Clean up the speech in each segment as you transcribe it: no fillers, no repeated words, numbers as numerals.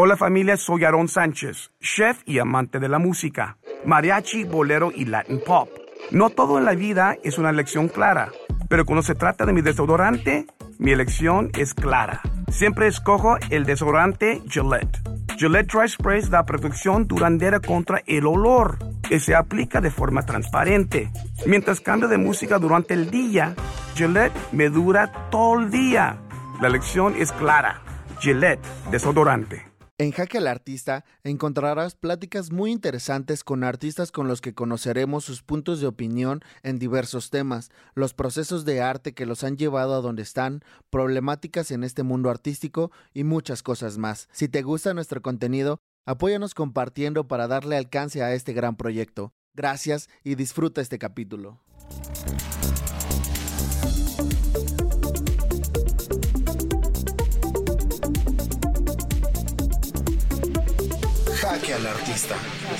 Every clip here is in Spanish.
Hola familia, soy Aarón Sánchez, chef y amante de la música, mariachi, bolero y Latin pop. No todo en la vida es una elección clara, pero cuando se trata de mi desodorante, mi elección es clara. Siempre escojo el desodorante Gillette. Gillette Dry Spray da protección duradera contra el olor, que se aplica de forma transparente. Mientras cambio de música durante el día, Gillette me dura todo el día. La elección es clara. Gillette desodorante. En Jaque al Artista encontrarás pláticas muy interesantes con artistas con los que conoceremos sus puntos de opinión en diversos temas, los procesos de arte que los han llevado a donde están, problemáticas en este mundo artístico y muchas cosas más. Si te gusta nuestro contenido, apóyanos compartiendo para darle alcance a este gran proyecto. Gracias y disfruta este capítulo. Jaque al Artista.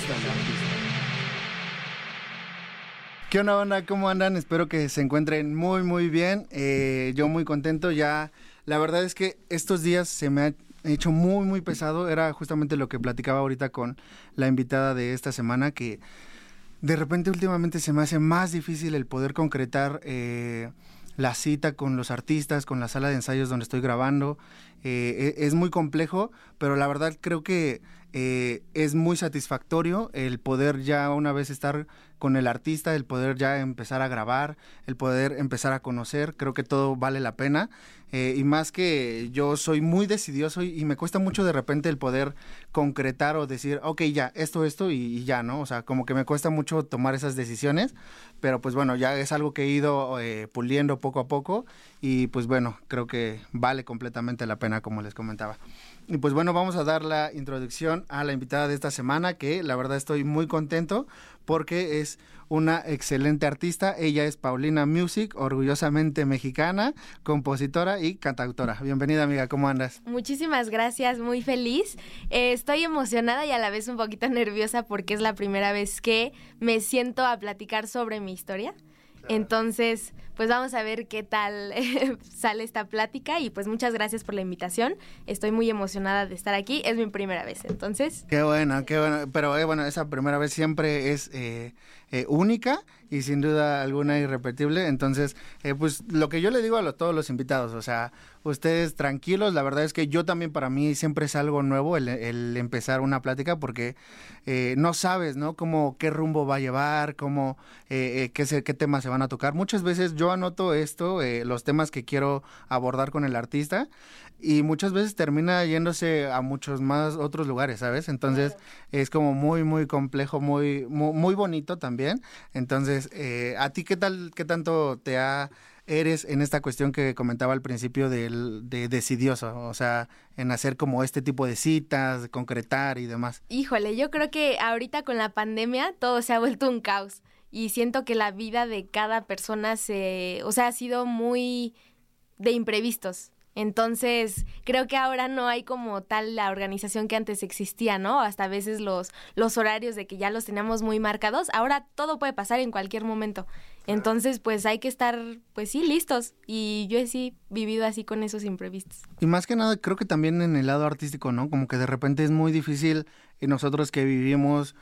¿Qué onda, banda? ¿Cómo andan? Espero que se encuentren muy bien. Yo muy contento. Ya, la verdad es que estos días se me ha hecho muy pesado. Era justamente lo que platicaba ahorita con la invitada de esta semana, que de repente últimamente se me hace más difícil el poder concretar la cita con los artistas, con la sala de ensayos donde estoy grabando. Es muy complejo, pero la verdad creo que es muy satisfactorio el poder ya una vez estar con el artista, el poder ya empezar a grabar, el poder empezar a conocer. Creo que todo vale la pena, y más que yo soy muy decidioso y me cuesta mucho de repente el poder concretar o decir, ok, ya, esto y ya, ¿no? O sea, como que me cuesta mucho tomar esas decisiones, pero pues bueno, ya es algo que he ido puliendo poco a poco y pues bueno, creo que vale completamente la pena, como les comentaba. Y pues bueno, vamos a dar la introducción a la invitada de esta semana, que la verdad estoy muy contento porque es una excelente artista. Ella es Paulina Music, orgullosamente mexicana, compositora y cantautora. Bienvenida, amiga, ¿cómo andas? Muchísimas gracias, muy feliz. Estoy emocionada y a la vez un poquito nerviosa porque es la primera vez que me siento a platicar sobre mi historia. Entonces, pues vamos a ver qué tal sale esta plática y pues muchas gracias por la invitación. Estoy muy emocionada de estar aquí, es mi primera vez, entonces. Qué bueno, pero bueno, esa primera vez siempre es única y sin duda alguna irrepetible. Entonces, pues lo que yo le digo a todos los invitados, o sea, ustedes tranquilos. La verdad es que yo también, para mí siempre es algo nuevo el empezar una plática, porque no sabes, ¿no? Qué rumbo va a llevar, qué temas se van a tocar. Muchas veces yo anoto esto, los temas que quiero abordar con el artista, y muchas veces termina yéndose a muchos más otros lugares, ¿sabes? Entonces, es como muy complejo, muy bonito también. Entonces, ¿a ti qué tanto eres en esta cuestión que comentaba al principio de decidioso? O sea, en hacer como este tipo de citas, de concretar y demás. Híjole, yo creo que ahorita con la pandemia todo se ha vuelto un caos y siento que la vida de cada persona ha sido muy de imprevistos. Entonces, creo que ahora no hay como tal la organización que antes existía, ¿no? Hasta a veces los horarios de que ya los teníamos muy marcados, ahora todo puede pasar en cualquier momento. Entonces, pues hay que estar, pues sí, listos. Y yo he vivido así con esos imprevistos. Y más que nada, creo que también en el lado artístico, ¿no? Como que de repente es muy difícil, y nosotros que vivimos,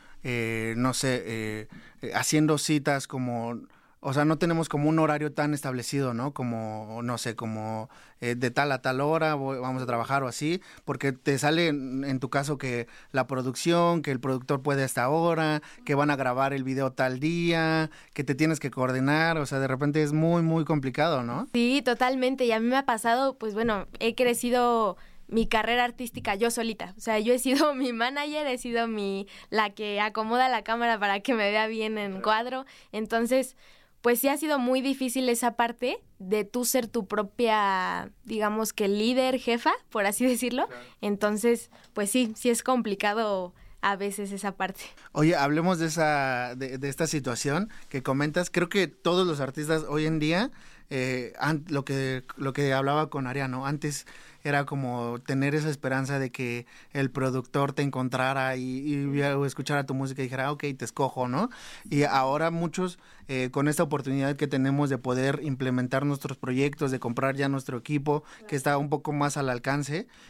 haciendo citas como... O sea, no tenemos como un horario tan establecido, ¿no? Como, no sé, de tal a tal hora vamos a trabajar o así, porque te sale en tu caso que la producción, que el productor puede hasta ahora, que van a grabar el video tal día, que te tienes que coordinar. O sea, de repente es muy complicado, ¿no? Sí, totalmente. Y a mí me ha pasado, pues bueno, he crecido mi carrera artística yo solita. O sea, yo he sido mi manager, he sido la que acomoda la cámara para que me vea bien en cuadro. Entonces, pues sí ha sido muy difícil esa parte de tú ser tu propia, digamos que líder, jefa, por así decirlo. Claro. Entonces, pues sí es complicado a veces esa parte. Oye, hablemos de esta situación que comentas. Creo que todos los artistas hoy en día, lo que hablaba con Ariano, antes era como tener esa esperanza de que el productor te encontrara y escuchara tu música y dijera, ok, te escojo, ¿no? Y ahora muchos, con esta oportunidad que tenemos de poder implementar nuestros proyectos, de comprar ya nuestro equipo, que está un poco más al alcance,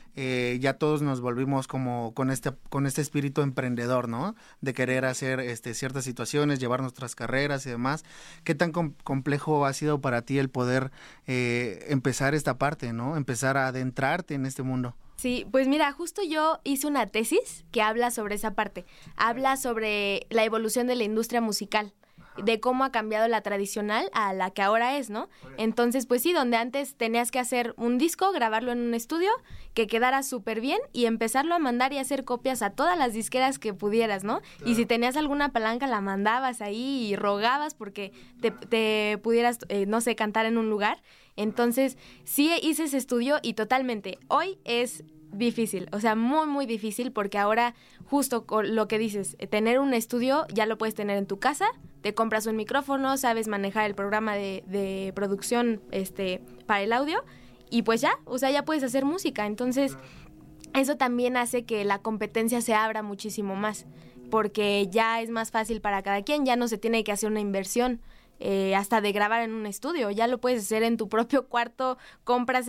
ya todos nos volvimos como con este espíritu emprendedor, ¿no? De querer hacer ciertas situaciones, llevar nuestras carreras y demás. ¿Qué tan complejo ha sido para ti el poder empezar esta parte, ¿no? Empezar a adentrarte en este mundo. Sí, pues mira, justo yo hice una tesis que habla sobre esa parte. Habla sobre la evolución de la industria musical, de cómo ha cambiado la tradicional a la que ahora es, ¿no? Entonces, pues sí, donde antes tenías que hacer un disco, grabarlo en un estudio, que quedara súper bien y empezarlo a mandar y hacer copias a todas las disqueras que pudieras, ¿no? Claro. Y si tenías alguna palanca, la mandabas ahí y rogabas porque te pudieras, no sé, cantar en un lugar. Entonces, sí hice ese estudio y totalmente, hoy es difícil, o sea, muy, muy difícil porque ahora, justo con lo que dices, tener un estudio ya lo puedes tener en tu casa, te compras un micrófono, sabes manejar el programa de producción para el audio y pues ya, o sea, ya puedes hacer música. Entonces, eso también hace que la competencia se abra muchísimo más porque ya es más fácil para cada quien, ya no se tiene que hacer una inversión. Hasta de grabar en un estudio, ya lo puedes hacer en tu propio cuarto, compras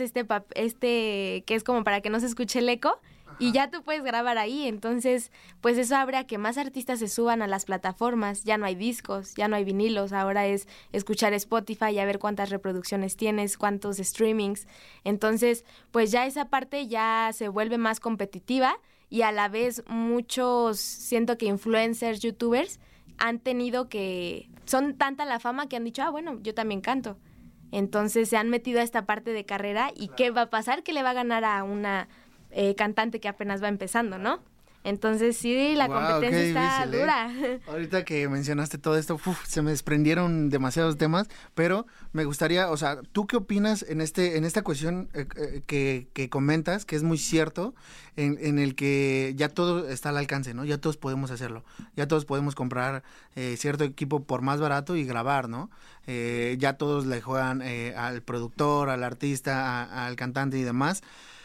que es como para que no se escuche el eco. Ajá. Y ya tú puedes grabar ahí, entonces pues eso abre a que más artistas se suban a las plataformas, ya no hay discos, ya no hay vinilos, ahora es escuchar Spotify y a ver cuántas reproducciones tienes, cuántos streamings, entonces pues ya esa parte ya se vuelve más competitiva y a la vez muchos, siento que influencers, youtubers, han tenido son tanta la fama que han dicho, bueno, yo también canto. Entonces se han metido a esta parte de carrera y ¿qué va a pasar? Que le va a ganar a una cantante que apenas va empezando, ¿no? Entonces sí, la competencia está dura. Ahorita que mencionaste todo esto, se me desprendieron demasiados temas, pero me gustaría, o sea, ¿tú qué opinas en esta cuestión que comentas, que es muy cierto, en el que ya todo está al alcance, ¿no? Ya todos podemos hacerlo, ya todos podemos comprar cierto equipo por más barato y grabar, ¿no? Ya todos le juegan al productor, al artista, al cantante y demás,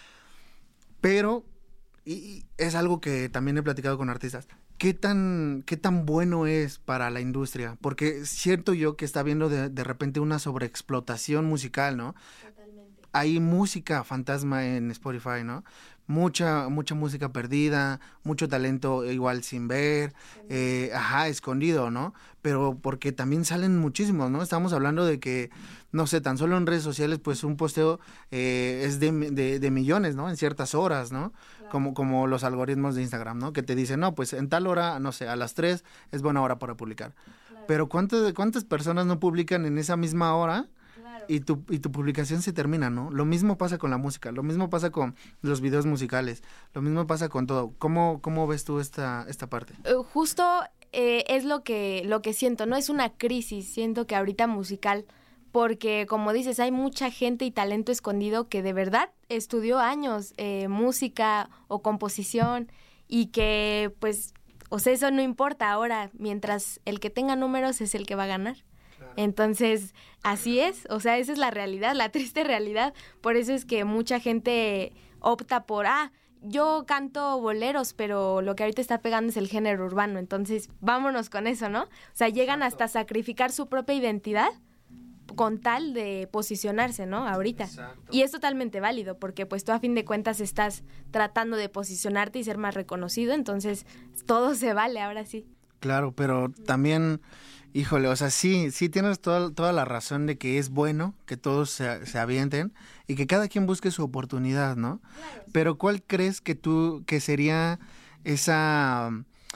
pero... Y es algo que también he platicado con artistas. ¿Qué tan bueno es para la industria? Porque siento yo que está habiendo de repente una sobreexplotación musical, ¿no? Totalmente. Hay música fantasma en Spotify, ¿no? Mucha música perdida, mucho talento igual sin ver, escondido, ¿no? Pero porque también salen muchísimos, ¿no? Estamos hablando de que, no sé, tan solo en redes sociales, pues un posteo es de millones, ¿no? En ciertas horas, ¿no? Claro. Como los algoritmos de Instagram, ¿no? Que te dicen, no, pues en tal hora, no sé, a las 3 es buena hora para publicar. Claro. Pero ¿cuántas personas no publican en esa misma hora? Y tu publicación se termina, ¿no? Lo mismo pasa con la música, lo mismo pasa con los videos musicales, lo mismo pasa con todo. ¿Cómo ves tú esta parte? Justo es lo que siento, ¿no? Es una crisis, siento que ahorita musical, porque como dices, hay mucha gente y talento escondido que de verdad estudió años música o composición y que pues, o sea, eso no importa ahora, mientras el que tenga números es el que va a ganar. Entonces, así es, o sea, esa es la realidad, la triste realidad, por eso es que mucha gente opta por, yo canto boleros, pero lo que ahorita está pegando es el género urbano, entonces vámonos con eso, ¿no? O sea, llegan hasta sacrificar su propia identidad con tal de posicionarse, ¿no? Ahorita. Exacto. Y es totalmente válido, porque pues tú a fin de cuentas estás tratando de posicionarte y ser más reconocido, entonces todo se vale, ahora sí. Claro, pero también... Híjole, o sea, sí tienes toda la razón de que es bueno que todos se avienten y que cada quien busque su oportunidad, ¿no? Claro, sí. Pero ¿cuál crees que sería esa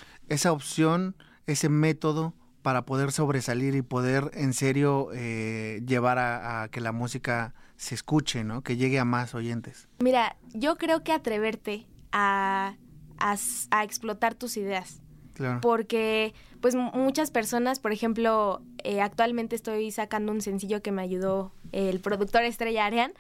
opción, ese método para poder sobresalir y poder en serio llevar a que la música se escuche, ¿no? Que llegue a más oyentes? Mira, yo creo que atreverte a explotar tus ideas. Claro. Porque pues muchas personas, por ejemplo, actualmente estoy sacando un sencillo que me ayudó el productor estrella Arián,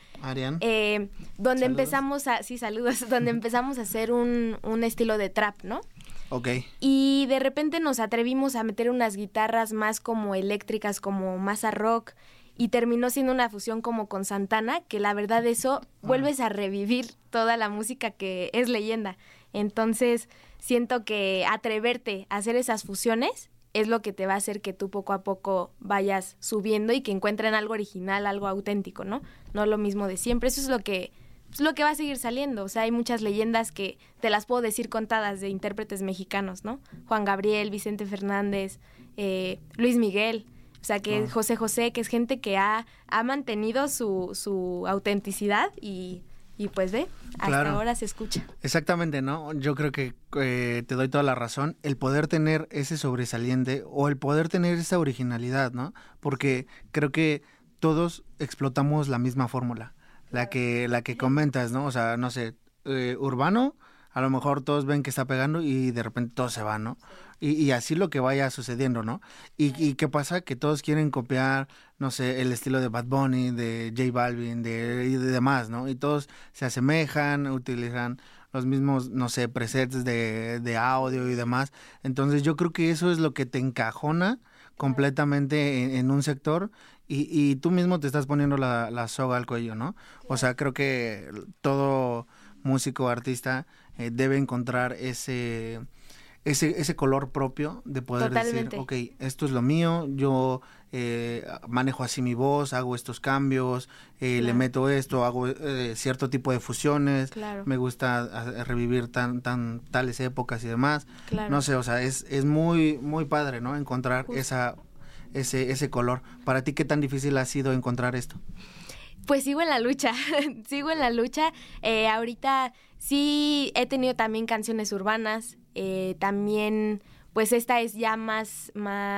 donde empezamos donde empezamos a hacer un estilo de trap, ¿no? Okay. Y de repente nos atrevimos a meter unas guitarras más como eléctricas, como más a rock, y terminó siendo una fusión como con Santana, que la verdad eso vuelves a revivir toda la música que es leyenda. Entonces, siento que atreverte a hacer esas fusiones es lo que te va a hacer que tú poco a poco vayas subiendo y que encuentren algo original, algo auténtico, ¿no? No lo mismo de siempre. Eso es lo que es lo que va a seguir saliendo. O sea, hay muchas leyendas que te las puedo decir contadas de intérpretes mexicanos, ¿no? Juan Gabriel, Vicente Fernández, Luis Miguel, o sea, que José José, que es gente que ha mantenido su autenticidad y pues ve, hasta ahora se escucha. Exactamente, ¿no? Yo creo que te doy toda la razón. El poder tener ese sobresaliente o el poder tener esa originalidad, ¿no? Porque creo que todos explotamos la misma fórmula, la que comentas, ¿no? O sea, no sé, urbano, a lo mejor todos ven que está pegando y de repente todo se va, ¿no? Y así lo que vaya sucediendo, ¿no? Y ¿qué pasa? Que todos quieren copiar, no sé, el estilo de Bad Bunny, de J Balvin, y de demás, ¿no? Y todos se asemejan, utilizan los mismos, no sé, presets de audio y demás. Entonces yo creo que eso es lo que te encajona completamente en un sector y tú mismo te estás poniendo la soga al cuello, ¿no? O sea, creo que todo músico, artista debe encontrar ese color propio de poder Totalmente. decir, ok, esto es lo mío, yo manejo así mi voz, hago estos cambios, le meto esto, hago cierto tipo de fusiones, me gusta revivir tales épocas y demás. No sé, o sea, es muy, muy padre, ¿no? Encontrar ese color. Para ti, ¿qué tan difícil ha sido encontrar esto? Pues sigo en la lucha, ahorita sí he tenido también canciones urbanas, también pues esta es ya más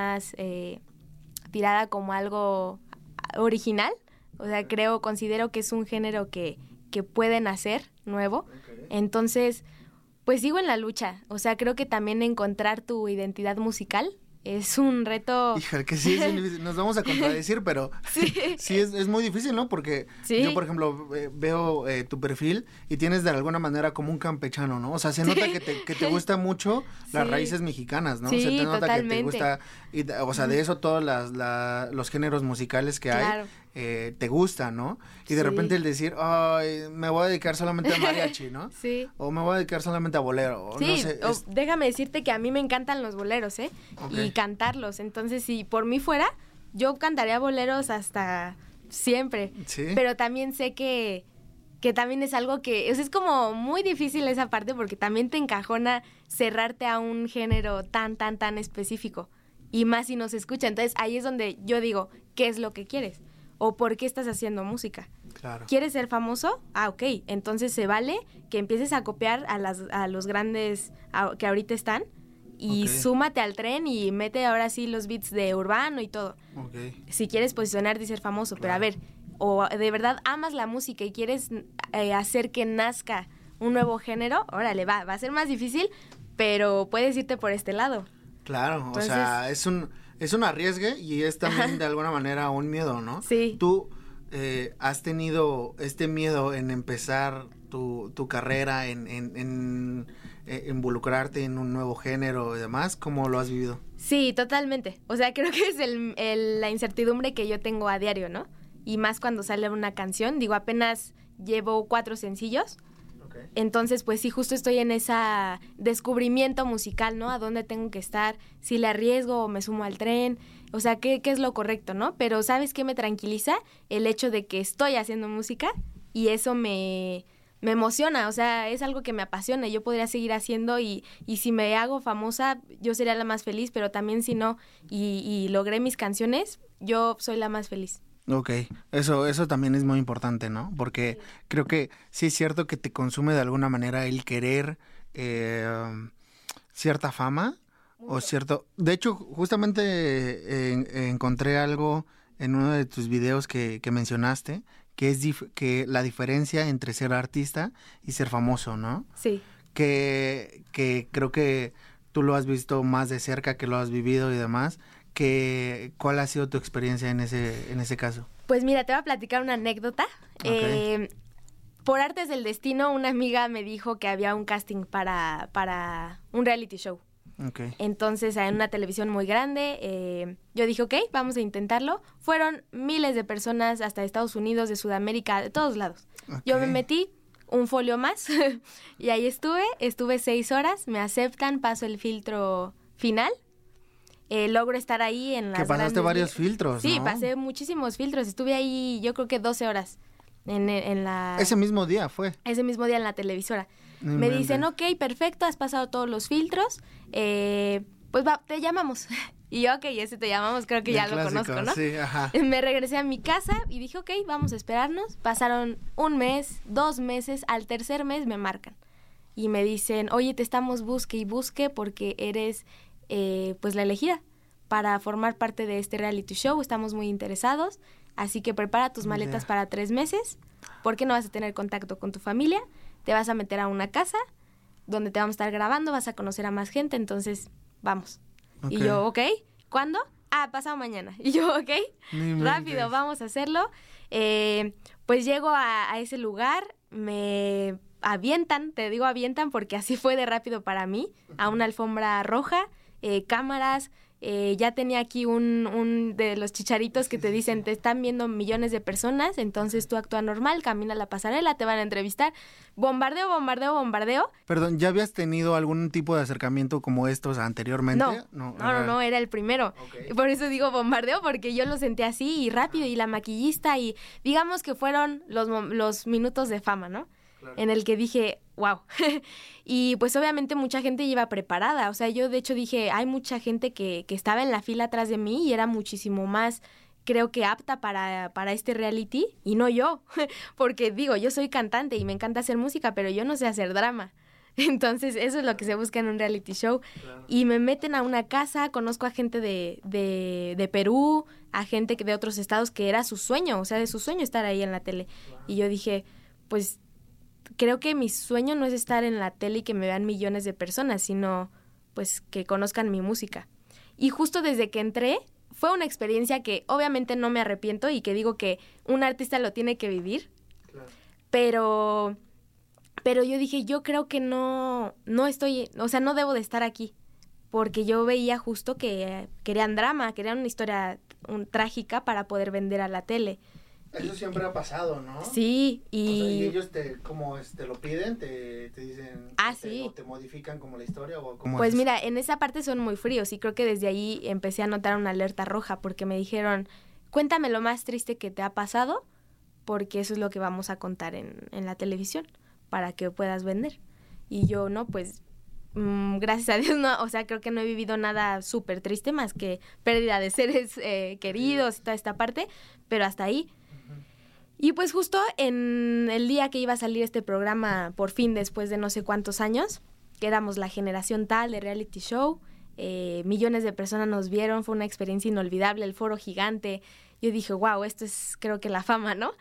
tirada como algo original, o sea, considero que es un género que pueden hacer nuevo, entonces pues sigo en la lucha, o sea, creo que también encontrar tu identidad musical es un reto. Híjole, que sí, nos vamos a contradecir, pero sí es muy difícil, ¿no? Porque yo, por ejemplo, veo tu perfil y tienes de alguna manera como un campechano, ¿no? O sea, se nota que te gusta mucho las raíces mexicanas, ¿no? Sí, se te nota totalmente. que te gusta, o sea, de eso todos los géneros musicales que hay, te gustan, ¿no? Y de repente el decir, ay, me voy a dedicar solamente a mariachi, ¿no? Sí. O me voy a dedicar solamente a bolero. O sí, no sé, déjame decirte que a mí me encantan los boleros, y cantarlos. Entonces, si por mí fuera, yo cantaría boleros hasta siempre. ¿Sí? Pero también sé que también es algo que, o sea, es como muy difícil esa parte porque también te encajona cerrarte a un género tan específico. Y más si no se escucha. Entonces, ahí es donde yo digo, ¿qué es lo que quieres? ¿O por qué estás haciendo música? Claro. ¿Quieres ser famoso? Ok, entonces se vale que empieces a copiar a los grandes que ahorita están y súmate al tren y mete ahora sí los beats de urbano y todo. Si quieres posicionarte y ser famoso, pero a ver, o de verdad amas la música y quieres hacer que nazca un nuevo género, órale, va a ser más difícil, pero puedes irte por este lado. Claro, entonces, o sea, es un arriesgue y es también de alguna manera un miedo, ¿no? Sí. Tú has tenido este miedo en empezar tu carrera, en involucrarte en un nuevo género y demás. ¿Cómo lo has vivido? Sí, totalmente. O sea, creo que es la incertidumbre que yo tengo a diario, ¿no? Y más cuando sale una canción. Digo, apenas llevo 4 sencillos. Entonces, pues sí, justo estoy en ese descubrimiento musical, ¿no? A dónde tengo que estar, si le arriesgo o me sumo al tren, o sea, ¿qué es lo correcto, no? Pero ¿sabes qué me tranquiliza? El hecho de que estoy haciendo música y eso me emociona, o sea, es algo que me apasiona, yo podría seguir haciendo y si me hago famosa, yo sería la más feliz, pero también si no y logré mis canciones, yo soy la más feliz. Ok, eso también es muy importante, ¿no? Porque creo que sí es cierto que te consume de alguna manera el querer cierta fama o cierto... De hecho, justamente encontré algo en uno de tus videos que mencionaste, que es que la diferencia entre ser artista y ser famoso, ¿no? Sí. Que creo que tú lo has visto más de cerca, que lo has vivido y demás. ¿Cuál ha sido tu experiencia en ese caso? Pues mira, te voy a platicar una anécdota. Okay. Por artes del destino, una amiga me dijo que había un casting para un reality show. Okay. Entonces, en una televisión muy grande, yo dije, ok, vamos a intentarlo. Fueron miles de personas hasta Estados Unidos, de Sudamérica, de todos lados. Okay. Yo me metí, un folio más, y ahí estuve 6 horas, me aceptan, paso el filtro final. Logro estar ahí en las que pasaste varios filtros, Sí, ¿no? pasé muchísimos filtros. Estuve ahí, yo creo que 12 horas. en la... Ese mismo día fue. Ese mismo día en la televisora. No Me inventes. dicen, ok, perfecto, has pasado todos los filtros, pues te llamamos. Y yo, ok, ese te llamamos, creo que El ya clásico, lo conozco, ¿no? Sí, ajá. Me regresé a mi casa y dije, ok, vamos a esperarnos. Pasaron 1 mes, 2 meses, al tercer mes me marcan. Y me dicen, oye, te estamos busque y busque porque eres pues la elegida para formar parte de este reality show. Estamos muy interesados, así que prepara tus maletas para 3 meses porque no vas a tener contacto con tu familia. Te vas a meter a una casa donde te vamos a estar grabando, vas a conocer a más gente, entonces vamos. Ok. Y yo, ok, ¿cuándo? Pasado mañana. Y yo, ok, No inventes. rápido, vamos a hacerlo. Pues llego a ese lugar, me avientan, te digo avientan porque así fue de rápido para mí, a una alfombra roja, cámaras. Ya tenía aquí un de los chicharitos que te dicen, te están viendo millones de personas, entonces tú actúa normal, camina la pasarela, te van a entrevistar. Bombardeo, bombardeo, bombardeo. Perdón, ¿ya habías tenido algún tipo de acercamiento como estos anteriormente? No, era el primero. Ok. Por eso digo bombardeo, porque yo lo sentí así y rápido, y la maquillista, y digamos que fueron los minutos de fama, ¿no? Claro. En el que dije, wow. Y pues obviamente mucha gente iba preparada. O sea, yo de hecho dije, hay mucha gente que estaba en la fila atrás de mí y era muchísimo más, creo que apta para este reality, y no yo. Porque digo, yo soy cantante y me encanta hacer música, pero yo no sé hacer drama. Entonces eso es lo que se busca en un reality show. Claro. Y me meten a una casa, conozco a gente de Perú, a gente de otros estados que era su sueño, o sea, de su sueño estar ahí en la tele. Wow. Y yo dije, pues creo que mi sueño no es estar en la tele y que me vean millones de personas, sino pues que conozcan mi música. Y justo desde que entré, fue una experiencia que obviamente no me arrepiento y que digo que un artista lo tiene que vivir. Claro. Pero yo dije, yo creo que no estoy, o sea, no debo de estar aquí, porque yo veía justo que querían drama, querían una historia trágica para poder vender a la tele. Eso siempre ha pasado, ¿no? Sí, y... O sea, y ellos te lo piden, te dicen... sí. ¿O te modifican como la historia o cómo Pues es? Mira, en esa parte son muy fríos y creo que desde ahí empecé a notar una alerta roja porque me dijeron, cuéntame lo más triste que te ha pasado porque eso es lo que vamos a contar en la televisión para que puedas vender. Y yo, no, pues... gracias a Dios, no, o sea, creo que no he vivido nada súper triste más que pérdida de seres queridos y toda esta parte, pero hasta ahí. Y pues justo en el día que iba a salir este programa, por fin, después de no sé cuántos años, que éramos la generación tal de reality show, millones de personas nos vieron, fue una experiencia inolvidable, el foro gigante. Yo dije, wow, esto es creo que la fama, ¿no?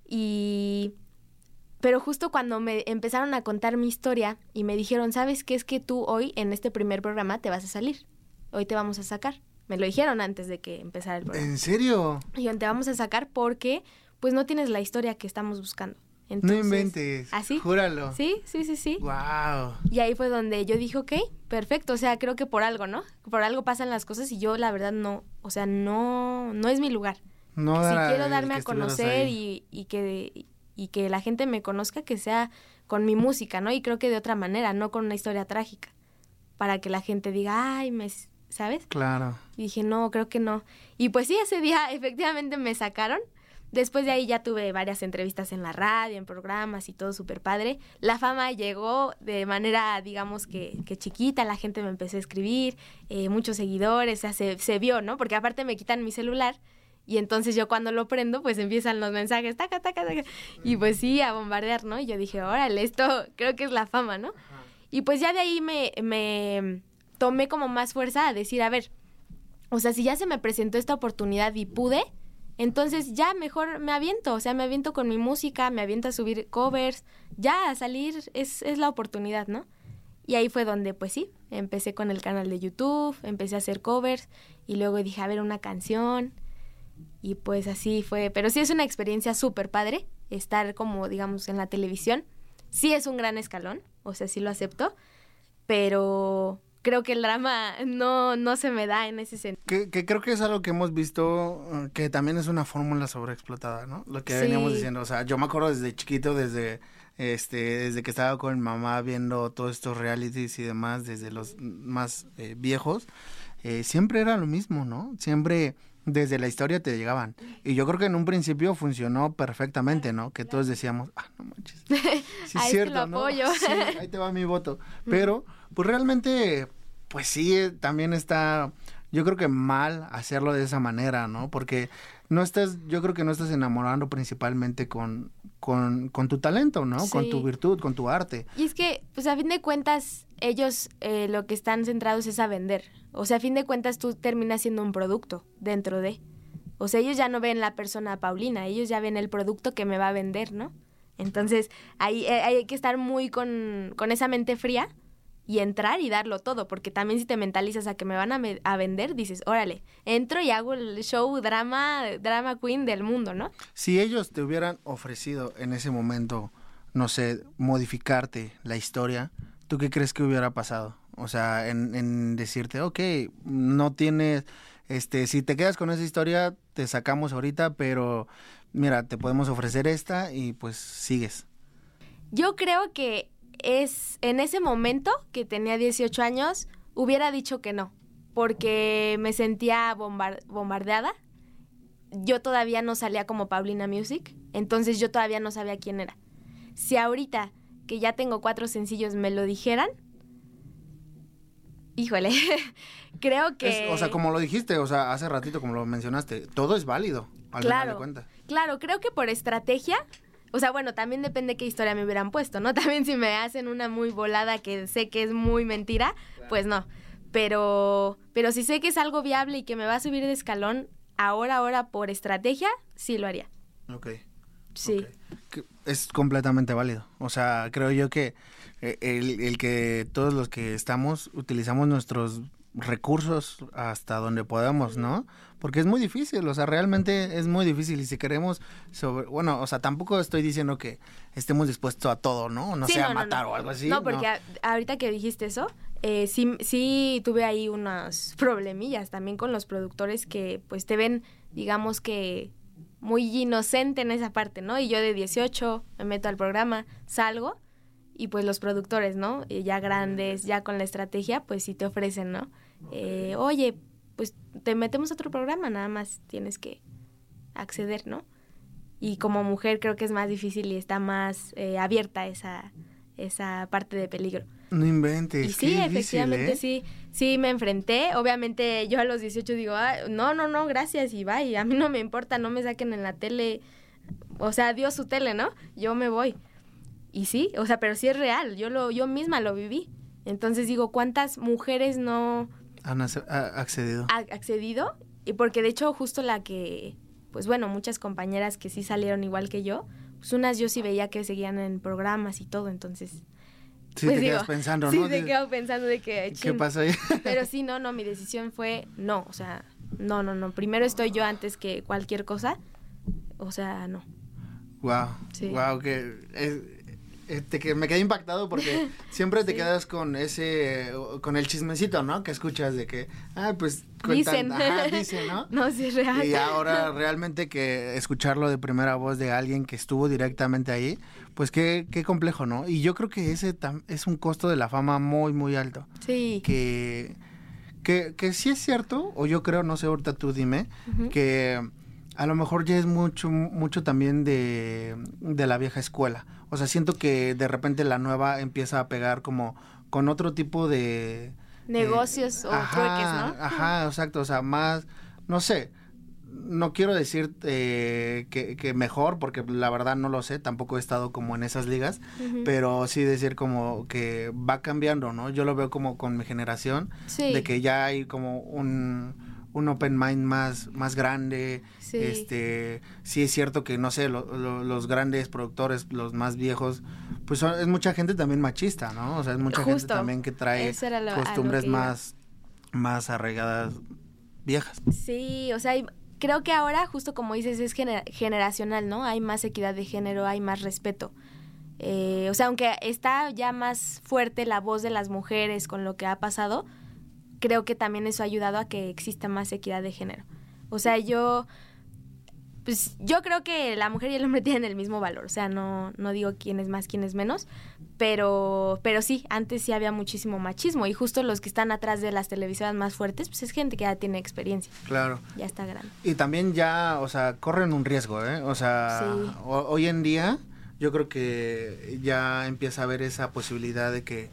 Pero justo cuando me empezaron a contar mi historia y me dijeron, ¿sabes qué? Es que tú hoy en este primer programa te vas a salir. Hoy te vamos a sacar. Me lo dijeron antes de que empezara el programa. ¿En serio? Y yo, te vamos a sacar porque pues no tienes la historia que estamos buscando. Entonces, no inventes. ¿así? Júralo. Sí. Wow. Y ahí fue donde yo dije, ok, perfecto. O sea, creo que por algo, ¿no? Por algo pasan las cosas y yo la verdad no, o sea, no es mi lugar. No si quiero darme a conocer y que la gente me conozca, que sea con mi música, ¿no? Y creo que de otra manera, no con una historia trágica. Para que la gente diga, ay, ¿sabes? Claro. Y dije, no, creo que no. Y pues sí, ese día efectivamente me sacaron. Después de ahí ya tuve varias entrevistas en la radio, en programas y todo súper padre. La fama llegó de manera, digamos que chiquita, la gente me empezó a escribir, muchos seguidores, o sea, se vio, ¿no? Porque aparte me quitan mi celular y entonces yo cuando lo prendo, pues empiezan los mensajes, taca, taca, taca, y pues sí, a bombardear, ¿no? Y yo dije, órale, esto creo que es la fama, ¿no? Ajá. Y pues ya de ahí me tomé como más fuerza a decir, a ver, o sea, si ya se me presentó esta oportunidad y pude, entonces ya mejor me aviento, o sea, me aviento con mi música, me aviento a subir covers, ya a salir es la oportunidad, ¿no? Y ahí fue donde, pues sí, empecé con el canal de YouTube, empecé a hacer covers y luego dije, a ver, una canción y pues así fue. Pero sí es una experiencia súper padre estar como, digamos, en la televisión. Sí es un gran escalón, o sea, sí lo acepto, pero creo que el drama no se me da en ese sentido. Que creo que es algo que hemos visto, que también es una fórmula sobreexplotada, ¿no? Lo que sí. veníamos diciendo, o sea, yo me acuerdo desde chiquito, desde que estaba con mi mamá viendo todos estos realities y demás, desde los más viejos, siempre era lo mismo, ¿no? Siempre desde la historia te llegaban. Y yo creo que en un principio funcionó perfectamente, ¿no? Que todos decíamos, no manches. Sí, es cierto, te lo apoyo. ¿no? Sí, ahí te va mi voto. Pero, pues realmente, pues sí, también está, yo creo que mal hacerlo de esa manera, ¿no? Porque yo creo que no estás enamorando principalmente con tu talento, ¿no? Sí. Con tu virtud, con tu arte. Y es que, pues a fin de cuentas, ellos lo que están centrados es a vender. O sea, a fin de cuentas tú terminas siendo un producto dentro de. O sea, ellos ya no ven la persona Paulina, ellos ya ven el producto que me va a vender, ¿no? Entonces, ahí hay que estar muy con esa mente fría y entrar y darlo todo, porque también si te mentalizas a que me van a vender, dices, órale, entro y hago el show drama queen del mundo, ¿no? Si ellos te hubieran ofrecido en ese momento, no sé, modificarte la historia, ¿tú qué crees que hubiera pasado? O sea, en decirte, ok, no tienes, si te quedas con esa historia, te sacamos ahorita, pero mira, te podemos ofrecer esta y pues sigues. Yo creo que en ese momento, que tenía 18 años, hubiera dicho que no, porque me sentía bombardeada. Yo todavía no salía como Paulina Music, entonces yo todavía no sabía quién era. Si ahorita, que ya tengo 4 sencillos, me lo dijeran, híjole, creo que... O sea, como lo dijiste, o sea, hace ratito, como lo mencionaste, todo es válido, al final de cuentas. Claro, creo que por estrategia, o sea, bueno, también depende qué historia me hubieran puesto, ¿no? También si me hacen una muy volada que sé que es muy mentira, pues no. Pero si sé que es algo viable y que me va a subir de escalón, ahora por estrategia, sí lo haría. Ok. Sí. Okay. Es completamente válido. O sea, creo yo que el que todos los que estamos utilizamos nuestros recursos hasta donde podamos, ¿no? Porque es muy difícil, o sea, realmente es muy difícil y si queremos bueno, o sea, tampoco estoy diciendo que estemos dispuestos a todo, ¿no? No sea matar o algo así. No, porque ahorita que dijiste eso, sí tuve ahí unos problemillas también con los productores que pues te ven, digamos que muy inocente en esa parte, ¿no? Y yo de 18 me meto al programa, salgo y pues los productores, ¿no? Ya grandes, ya con la estrategia, pues sí te ofrecen, ¿no? Oye, pues te metemos a otro programa, nada más tienes que acceder, ¿no? Y como mujer creo que es más difícil y está más abierta esa parte de peligro. No inventes. Y sí, efectivamente, sí me enfrenté. Obviamente yo a los 18 digo, no, gracias y bye. A mí no me importa, no me saquen en la tele. O sea, adiós su tele, ¿no? Yo me voy. Y sí, o sea, pero sí es real. Yo misma lo viví. Entonces digo, ¿cuántas mujeres no han accedido? Accedido. Y porque de hecho justo la que, pues bueno, muchas compañeras que sí salieron igual que yo, pues unas yo sí veía que seguían en programas y todo, entonces... Sí, pues te quedas pensando, ¿no? Sí, te quedo pensando de que... ¿Qué pasa ahí? Pero sí, no, mi decisión fue no, o sea, no. Primero estoy yo antes que cualquier cosa, o sea, no. Wow, sí. Wow, que me quedé impactado porque siempre te quedas con con el chismecito, ¿no? Que escuchas de que, pues cuentan, dicen, ¿no? No, sí es real. Y ahora realmente que escucharlo de primera voz de alguien que estuvo directamente ahí, pues qué complejo, ¿no? Y yo creo que ese es un costo de la fama muy, muy alto. Sí. Que sí es cierto, o yo creo, no sé, ahorita tú dime, que a lo mejor ya es mucho también de la vieja escuela. O sea, siento que de repente la nueva empieza a pegar como con otro tipo de... negocios o trueques, ¿no? Ajá, exacto. O sea, más, no sé, no quiero decir que mejor, porque la verdad no lo sé, tampoco he estado como en esas ligas, pero sí decir como que va cambiando, ¿no? Yo lo veo como con mi generación, de que ya hay como un open mind más grande. Sí. Sí es cierto que, no sé, los grandes productores, los más viejos, pues es mucha gente también machista, ¿no? O sea, es mucha gente también que trae costumbres más arraigadas, viejas. Sí, o sea, creo que ahora, justo como dices, es generacional, ¿no? Hay más equidad de género, hay más respeto. O sea, aunque está ya más fuerte la voz de las mujeres con lo que ha pasado, creo que también eso ha ayudado a que exista más equidad de género. O sea, yo pues yo creo que la mujer y el hombre tienen el mismo valor, o sea, no digo quién es más, quién es menos, pero sí, antes sí había muchísimo machismo y justo los que están atrás de las televisoras más fuertes, pues es gente que ya tiene experiencia. Claro. Ya está grande. Y también ya, o sea, corren un riesgo, ¿eh? O sea, Sí. Hoy en día yo creo que ya empieza a haber esa posibilidad de que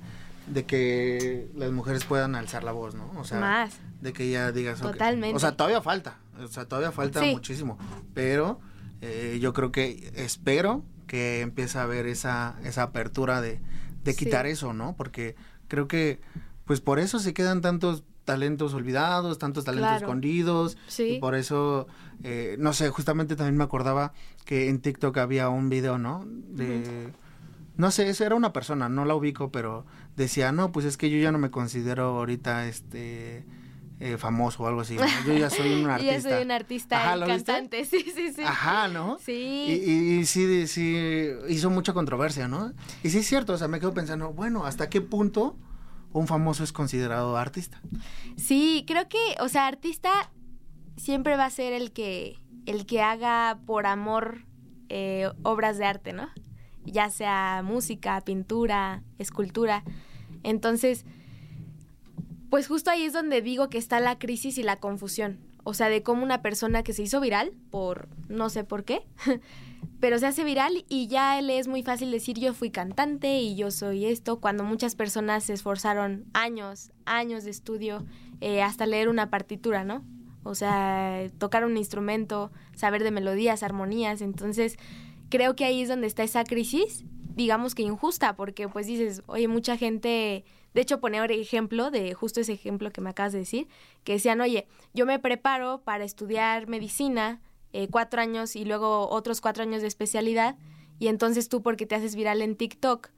las mujeres puedan alzar la voz, ¿no? O sea, Más. de que ya digas, okay. Totalmente. O sea, todavía falta Sí. muchísimo, pero yo creo que espero que empiece a haber esa apertura de quitar Sí. eso, ¿no? Porque creo que pues por eso se quedan tantos talentos olvidados, tantos talentos Claro. escondidos, Sí. y por eso, no sé, justamente también me acordaba que en TikTok había un video, ¿no? De, no sé, eso era una persona, no la ubico, pero decía, no, pues es que yo ya no me considero ahorita, famoso o algo así, ¿no? Yo ya soy un artista. Yo soy un artista Ajá, y ¿lo viste? cantante, sí. Ajá, ¿no? Sí. Y sí hizo mucha controversia, ¿no? Y sí es cierto, o sea, me quedo pensando, bueno, ¿hasta qué punto un famoso es considerado artista? Sí, creo que, o sea, artista siempre va a ser el que haga por amor obras de arte, ¿no? Ya sea música, pintura, escultura. Entonces, pues justo ahí es donde digo que está la crisis y la confusión. O sea, de cómo una persona que se hizo viral, por no sé por qué, pero se hace viral y ya le es muy fácil decir yo fui cantante y yo soy esto, cuando muchas personas se esforzaron años de estudio, hasta leer una partitura, ¿no? O sea, tocar un instrumento, saber de melodías, armonías. Entonces, creo que ahí es donde está esa crisis, digamos que injusta, porque pues dices, oye, mucha gente... De hecho, ponía un ejemplo de justo ese ejemplo que me acabas de decir, que decían, oye, yo me preparo para estudiar medicina 4 años y luego otros 4 años de especialidad, y entonces tú, porque te haces viral en TikTok.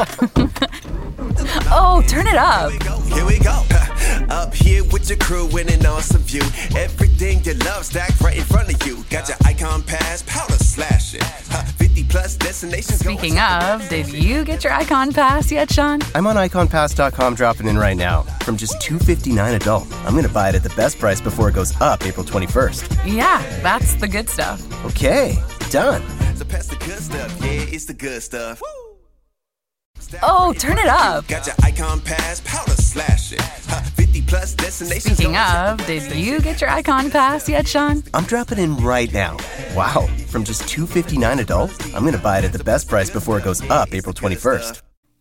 Oh, turn it up. Here we go. Up here with your crew in an awesome view. Everything you love stacked right in front of you. Got your icon pass, powder slashing. 50 plus destinations. Speaking of, did you get your Icon Pass yet, Sean? I'm on iconpass.com dropping in right now. From just $2.59 adult. I'm going to buy it at the best price before it goes up April 21st. Yeah, that's the good stuff. Okay, done. So pass the good stuff. Yeah, it's the good stuff. Oh, turn it up. Got your icon pass, powder slashing. 50 plus destinations. Speaking of, did you get your Icon Pass yet, Sean? I'm dropping in right now. Wow, from just $2.59 adult, I'm going to buy it at the best price before it goes up April 21st.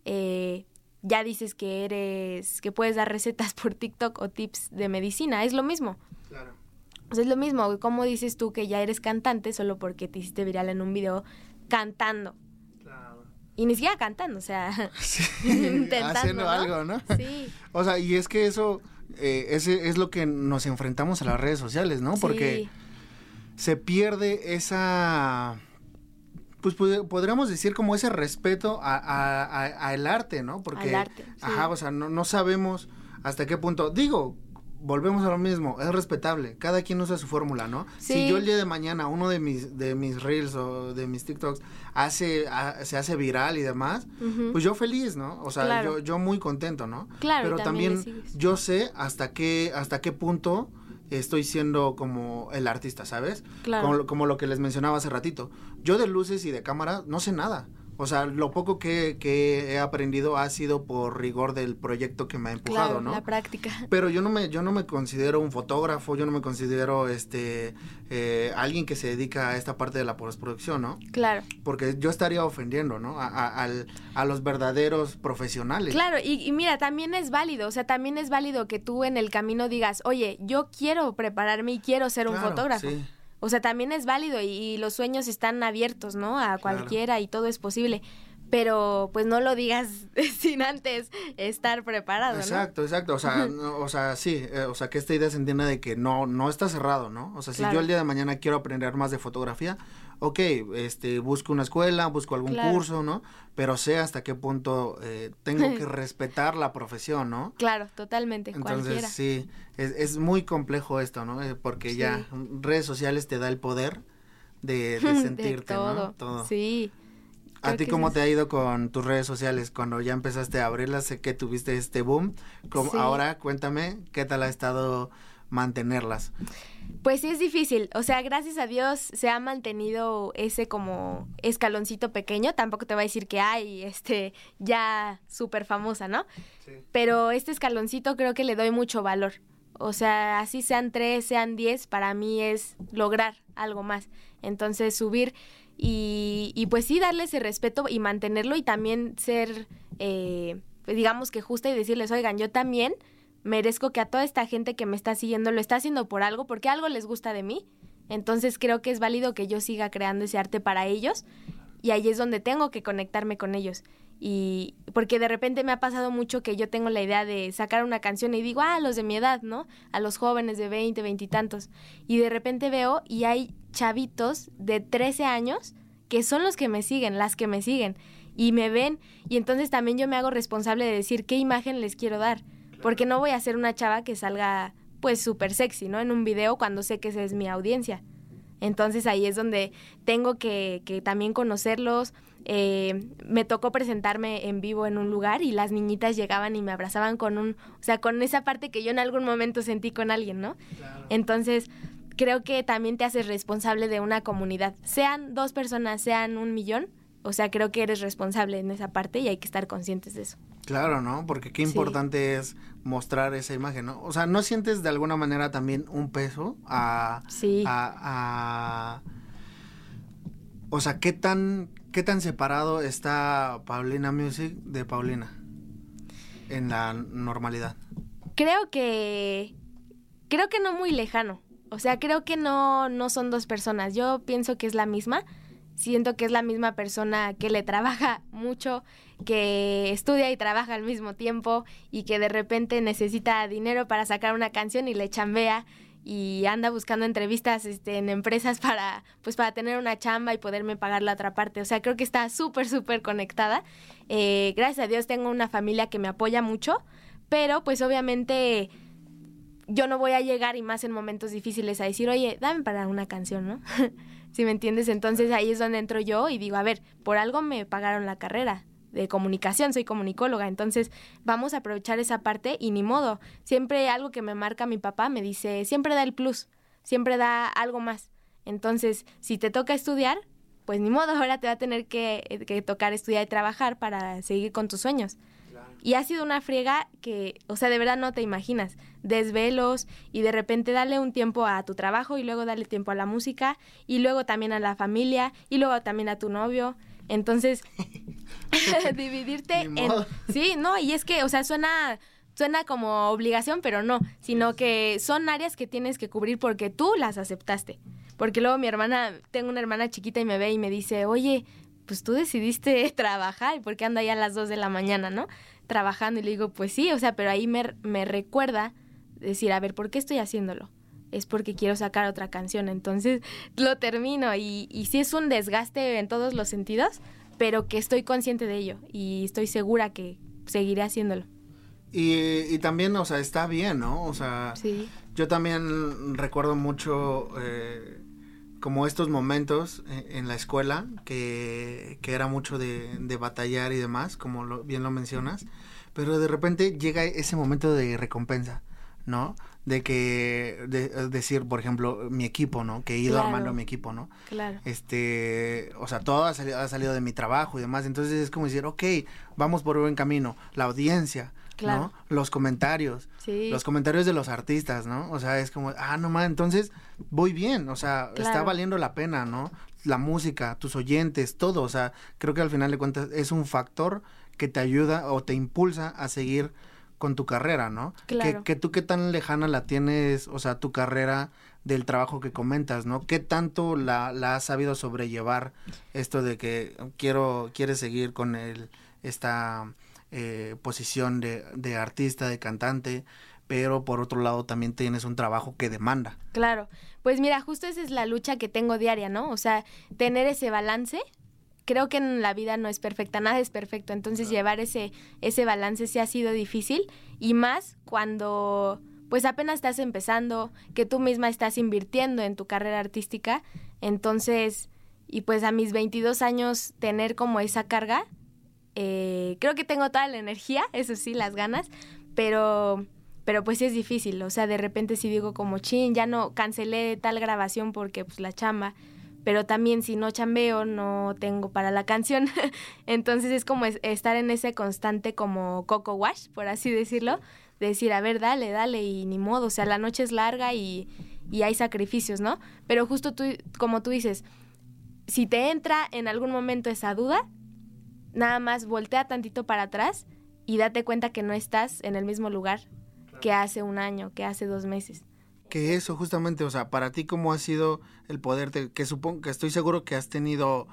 Ya dices que puedes dar recetas por TikTok o tips de medicina, es lo mismo. Claro. O sea, es lo mismo. ¿Cómo dices tú que ya eres cantante solo porque te hiciste viral en un video cantando? Claro. Y ni siquiera cantando, o sea, Sí, intentando, haciendo ¿no? algo, ¿no? Sí. O sea, y es que eso ese es lo que nos enfrentamos a las redes sociales, ¿no? Porque Sí. se pierde esa, pues podríamos decir como ese respeto al arte, ¿no? Porque, Al arte, sí. ajá, o sea, no sabemos hasta qué punto, digo, volvemos a lo mismo, es respetable, cada quien usa su fórmula, ¿no? Sí. Si yo el día de mañana uno de mis reels o de mis TikToks se hace viral y demás, Ujú. pues yo feliz, ¿no? O sea, Claro. yo muy contento, ¿no? Claro, Pero y también le también sigues. yo sé hasta qué punto estoy siendo como el artista, ¿sabes? Claro. Como lo que les mencionaba hace ratito. Yo de luces y de cámara no sé nada. O sea, lo poco que he aprendido ha sido por rigor del proyecto que me ha empujado, Claro, ¿no? la práctica. Pero yo no me considero un fotógrafo, yo no me considero alguien que se dedica a esta parte de la postproducción, ¿no? Claro. Porque yo estaría ofendiendo, ¿no? A los verdaderos profesionales. Claro, y mira, también es válido, o sea, también es válido que tú en el camino digas, oye, yo quiero prepararme y quiero ser un Claro, fotógrafo. sí. O sea, también es válido y los sueños están abiertos, ¿no? A cualquiera y todo es posible. Pero pues no lo digas sin antes estar preparado, ¿no? Exacto. O sea, o sea, sí, o sea, que esta idea se entienda de que no está cerrado, ¿no? O sea, si Claro. yo el día de mañana quiero aprender más de fotografía, ok, busco una escuela, busco algún Claro. curso, ¿no? Pero sé hasta qué punto tengo que respetar la profesión, ¿no? Claro, totalmente, Entonces, cualquiera. sí, es muy complejo esto, ¿no? Porque Sí. ya redes sociales te da el poder de De sentirte, ¿no? Todo. Sí. ¿A Creo ti que cómo eso te ha ido con tus redes sociales cuando ya empezaste a abrirlas? Sé que tuviste este boom. Sí. Ahora, cuéntame, ¿qué tal ha estado mantenerlas? Pues sí es difícil, o sea, gracias a Dios se ha mantenido ese como escaloncito pequeño, tampoco te voy a decir que hay, ya súper famosa, ¿no? Sí. Pero este escaloncito creo que le doy mucho valor, o sea, así sean 3, sean 10, para mí es lograr algo más, entonces subir y pues sí darle ese respeto y mantenerlo y también ser, digamos que justa y decirles, oigan, yo también merezco que a toda esta gente que me está siguiendo lo está haciendo por algo, porque algo les gusta de mí. Entonces creo que es válido que yo siga creando ese arte para ellos y ahí es donde tengo que conectarme con ellos. Y porque de repente me ha pasado mucho que yo tengo la idea de sacar una canción y digo, los de mi edad, ¿no? A los jóvenes de 20, 20 y tantos. Y de repente veo y hay chavitos de 13 años que son los que me siguen, las que me siguen y me ven. Y entonces también yo me hago responsable de decir qué imagen les quiero dar. Porque no voy a ser una chava que salga pues súper sexy, ¿no? En un video cuando sé que esa es mi audiencia. Entonces ahí es donde tengo que también conocerlos. Me tocó presentarme en vivo en un lugar y las niñitas llegaban y me abrazaban con con esa parte que yo en algún momento sentí con alguien, ¿no? Claro. Entonces creo que también te haces responsable de una comunidad. Sean 2 personas, sean 1,000,000, o sea, creo que eres responsable en esa parte y hay que estar conscientes de eso. Claro, ¿no? Porque qué importante es mostrar esa imagen, ¿no? O sea, ¿no sientes de alguna manera también un peso o sea, ¿qué tan separado está Paulina Music de Paulina en la normalidad? Creo que no muy lejano. O sea, creo que no son 2 personas. Yo pienso que es la misma. Siento que es la misma persona que le trabaja mucho, que estudia y trabaja al mismo tiempo y que de repente necesita dinero para sacar una canción y le chambea y anda buscando entrevistas en empresas para tener una chamba y poderme pagar la otra parte. O sea, creo que está súper, súper conectada. Gracias a Dios tengo una familia que me apoya mucho, pero pues obviamente yo no voy a llegar y más en momentos difíciles a decir, oye, dame para una canción, ¿no? ¿Sí me entiendes? Entonces ahí es donde entro yo y digo, a ver, por algo me pagaron la carrera de comunicación, soy comunicóloga, entonces vamos a aprovechar esa parte y ni modo. Siempre algo que me marca mi papá me dice, siempre da el plus, siempre da algo más. Entonces, si te toca estudiar, pues ni modo, ahora te va a tener que tocar estudiar y trabajar para seguir con tus sueños. Y ha sido una friega que, o sea, de verdad no te imaginas. Desvelos y de repente darle un tiempo a tu trabajo y luego darle tiempo a la música y luego también a la familia y luego también a tu novio. Entonces, dividirte en... Sí, no, y es que, o sea, suena como obligación, pero no, sino que son áreas que tienes que cubrir porque tú las aceptaste. Porque luego tengo una hermana chiquita y me ve y me dice, oye, pues tú decidiste trabajar, ¿por qué ando ahí a las 2 de la mañana, no? Trabajando, y le digo, pues sí, o sea, pero ahí me recuerda decir, a ver, ¿por qué estoy haciéndolo? Es porque quiero sacar otra canción, entonces lo termino y sí es un desgaste en todos los sentidos, pero que estoy consciente de ello y estoy segura que seguiré haciéndolo. Y también, o sea, está bien, ¿no? O sea, sí. Yo también recuerdo mucho como estos momentos en la escuela, que era mucho de batallar y demás, como bien lo mencionas, pero de repente llega ese momento de recompensa, ¿no? De decir, por ejemplo, mi equipo, ¿no? Que he ido armando mi equipo, ¿no? Claro. O sea, todo ha salido de mi trabajo y demás, entonces es como decir, ok, vamos por buen camino, la audiencia, claro, ¿no? Los comentarios, sí, los comentarios de los artistas, ¿no? O sea, es como, no más, entonces voy bien, o sea, claro, está valiendo la pena, ¿no? La música, tus oyentes, todo, o sea, creo que al final de cuentas es un factor que te ayuda o te impulsa a seguir con tu carrera, ¿no? Claro. Que tú qué tan lejana la tienes, o sea, tu carrera del trabajo que comentas, ¿no? ¿Qué tanto la has sabido sobrellevar esto de que quieres seguir con esta posición de artista, de cantante, pero por otro lado también tienes un trabajo que demanda? Claro, pues mira, justo esa es la lucha que tengo diaria, ¿no? O sea, tener ese balance. Creo que en la vida no es perfecta, nada es perfecto, entonces llevar ese balance sí ha sido difícil, y más cuando pues apenas estás empezando, que tú misma estás invirtiendo en tu carrera artística, entonces, y pues a mis 22 años tener como esa carga, creo que tengo toda la energía, eso sí, las ganas, pero pero pues sí es difícil, o sea, de repente sí digo como, chin, ya no cancelé tal grabación porque pues la chamba, pero también si no chambeo no tengo para la canción, entonces es como estar en ese constante como coco wash, por así decirlo, de decir, a ver, dale, y ni modo, o sea, la noche es larga y hay sacrificios, ¿no? Pero justo tú, como tú dices, si te entra en algún momento esa duda, nada más voltea tantito para atrás y date cuenta que no estás en el mismo lugar que hace un año, que hace 2 meses. Que eso justamente, o sea, para ti cómo ha sido el poderte, que supongo, que estoy seguro que has tenido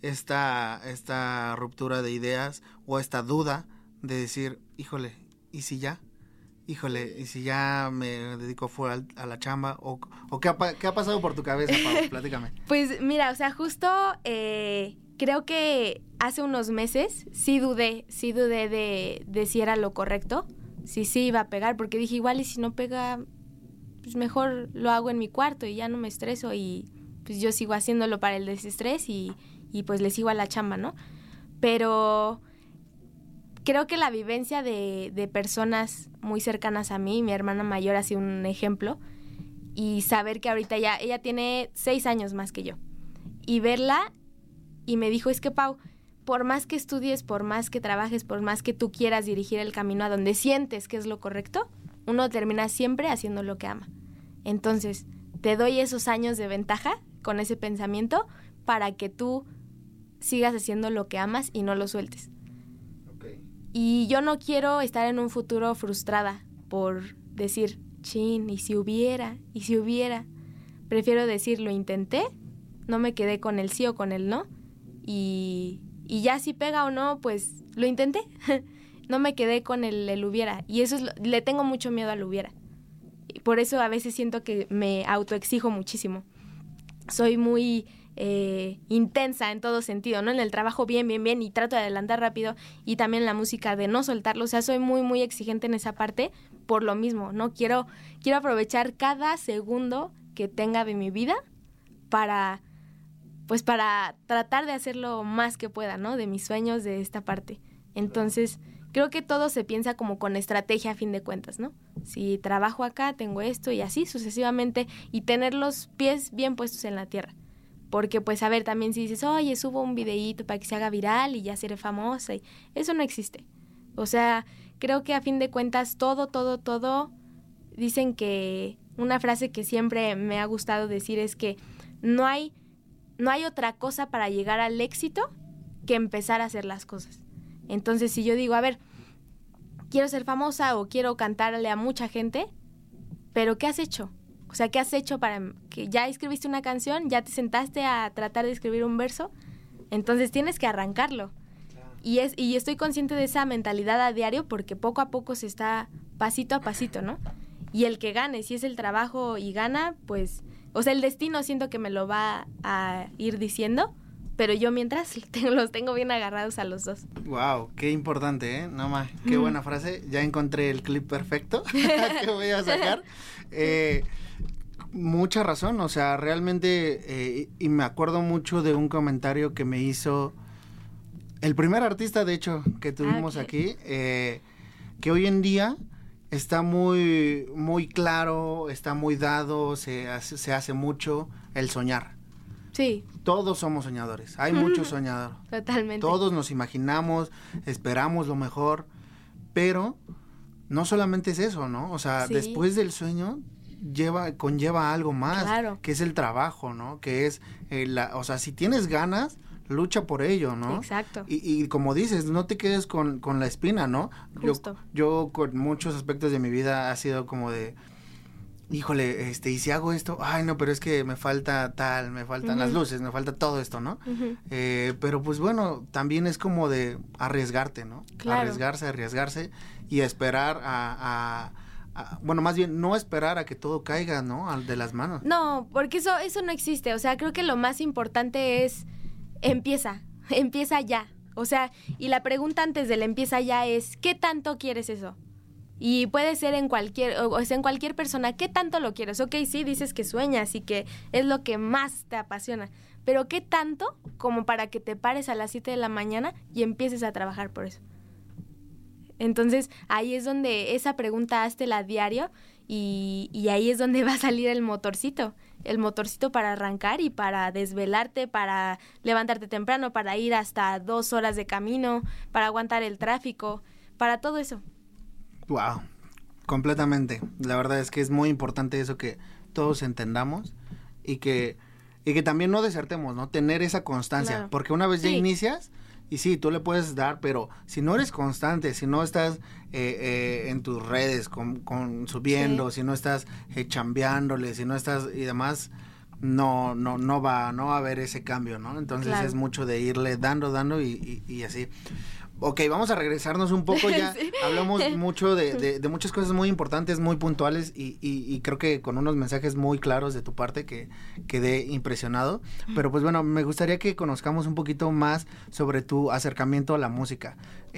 esta ruptura de ideas o esta duda de decir, híjole, ¿y si ya? Híjole, ¿y si ya me dedico fuera a la chamba? ¿O qué ha pasado por tu cabeza, Pau? Platícame. Pues mira, o sea, justo creo que hace unos meses sí dudé de si era lo correcto, si sí iba a pegar, porque dije, igual y si no pega, pues mejor lo hago en mi cuarto y ya no me estreso y pues yo sigo haciéndolo para el desestrés y pues le sigo a la chamba, ¿no? Pero creo que la vivencia de personas muy cercanas a mí, mi hermana mayor ha sido un ejemplo, y saber que ahorita ella tiene 6 años más que yo, y verla, y me dijo, es que Pau, por más que estudies, por más que trabajes, por más que tú quieras dirigir el camino a donde sientes que es lo correcto, uno termina siempre haciendo lo que ama. Entonces, te doy esos años de ventaja con ese pensamiento para que tú sigas haciendo lo que amas y no lo sueltes. Y yo no quiero estar en un futuro frustrada por decir, chin, ¿y si hubiera? Prefiero decir, lo intenté, no me quedé con el sí o con el no, y ya si pega o no, pues lo intenté. No me quedé con el hubiera, y eso le tengo mucho miedo al hubiera. Y por eso a veces siento que me autoexijo muchísimo. Soy muy intensa en todo sentido, ¿no? En el trabajo bien, y trato de adelantar rápido, y también en la música de no soltarlo, o sea, soy muy, muy exigente en esa parte por lo mismo, ¿no? Quiero aprovechar cada segundo que tenga de mi vida para tratar de hacer lo más que pueda, ¿no? De mis sueños, de esta parte. Entonces, creo que todo se piensa como con estrategia a fin de cuentas, ¿no? Si trabajo acá, tengo esto y así sucesivamente, y tener los pies bien puestos en la tierra. Porque, pues, a ver, también si dices, oye, subo un videíto para que se haga viral y ya seré famosa, y eso no existe. O sea, creo que a fin de cuentas todo, dicen que una frase que siempre me ha gustado decir es que no hay otra cosa para llegar al éxito que empezar a hacer las cosas. Entonces, si yo digo, a ver, quiero ser famosa o quiero cantarle a mucha gente, pero ¿qué has hecho? O sea, ¿qué has hecho para que ya escribiste una canción, ya te sentaste a tratar de escribir un verso? Entonces tienes que arrancarlo. Y estoy consciente de esa mentalidad a diario porque poco a poco se está pasito a pasito, ¿no? Y el que gane, si es el trabajo y gana, pues, o sea, el destino siento que me lo va a ir diciendo, pero yo mientras los tengo bien agarrados a los dos. Wow, qué importante, ¿eh? No más, qué buena frase. Ya encontré el clip perfecto que voy a sacar. Mucha razón, o sea, realmente, y me acuerdo mucho de un comentario que me hizo el primer artista, de hecho, que tuvimos aquí, que hoy en día está muy, muy claro, está muy dado, se hace mucho el soñar. Sí. Todos somos soñadores, hay muchos soñadores. Totalmente. Todos nos imaginamos, esperamos lo mejor, pero no solamente es eso, ¿no? O sea, sí, después del sueño conlleva algo más, claro, que es el trabajo, ¿no? Que es, o sea, si tienes ganas, lucha por ello, ¿no? Exacto. Y como dices, no te quedes con la espina, ¿no? Justo. Yo con muchos aspectos de mi vida ha sido como de, híjole, y si hago esto, ay no, pero es que me falta tal, me faltan las luces, me falta todo esto, ¿no? Pero pues bueno, también es como de arriesgarte, ¿no? Claro. Arriesgarse y esperar bueno, más bien no esperar a que todo caiga, ¿no? De las manos. No, porque eso no existe. O sea, creo que lo más importante es empieza ya. O sea, y la pregunta antes del empieza ya es, ¿qué tanto quieres eso? Y puede ser en cualquier persona, ¿qué tanto lo quieres? Ok, sí, dices que sueñas y que es lo que más te apasiona, pero ¿qué tanto como para que te pares a las 7 de la mañana y empieces a trabajar por eso? Entonces, ahí es donde esa pregunta háztela a diario y ahí es donde va a salir el motorcito para arrancar y para desvelarte, para levantarte temprano, para ir hasta 2 horas de camino, para aguantar el tráfico, para todo eso. Wow, completamente. La verdad es que es muy importante eso, que todos entendamos y que también no desertemos, ¿no? Tener esa constancia, claro. Porque una vez ya inicias, y sí, tú le puedes dar, pero si no eres constante, si no estás en tus redes subiendo, si no estás chambeándole, si no estás y demás, no va a haber ese cambio, ¿no? Entonces claro. Es mucho de irle dando y así. Ok, vamos a regresarnos un poco ya. Sí. Hablamos mucho de muchas cosas muy importantes, muy puntuales y creo que con unos mensajes muy claros de tu parte que quedé impresionado. Pero pues bueno, me gustaría que conozcamos un poquito más sobre tu acercamiento a la música.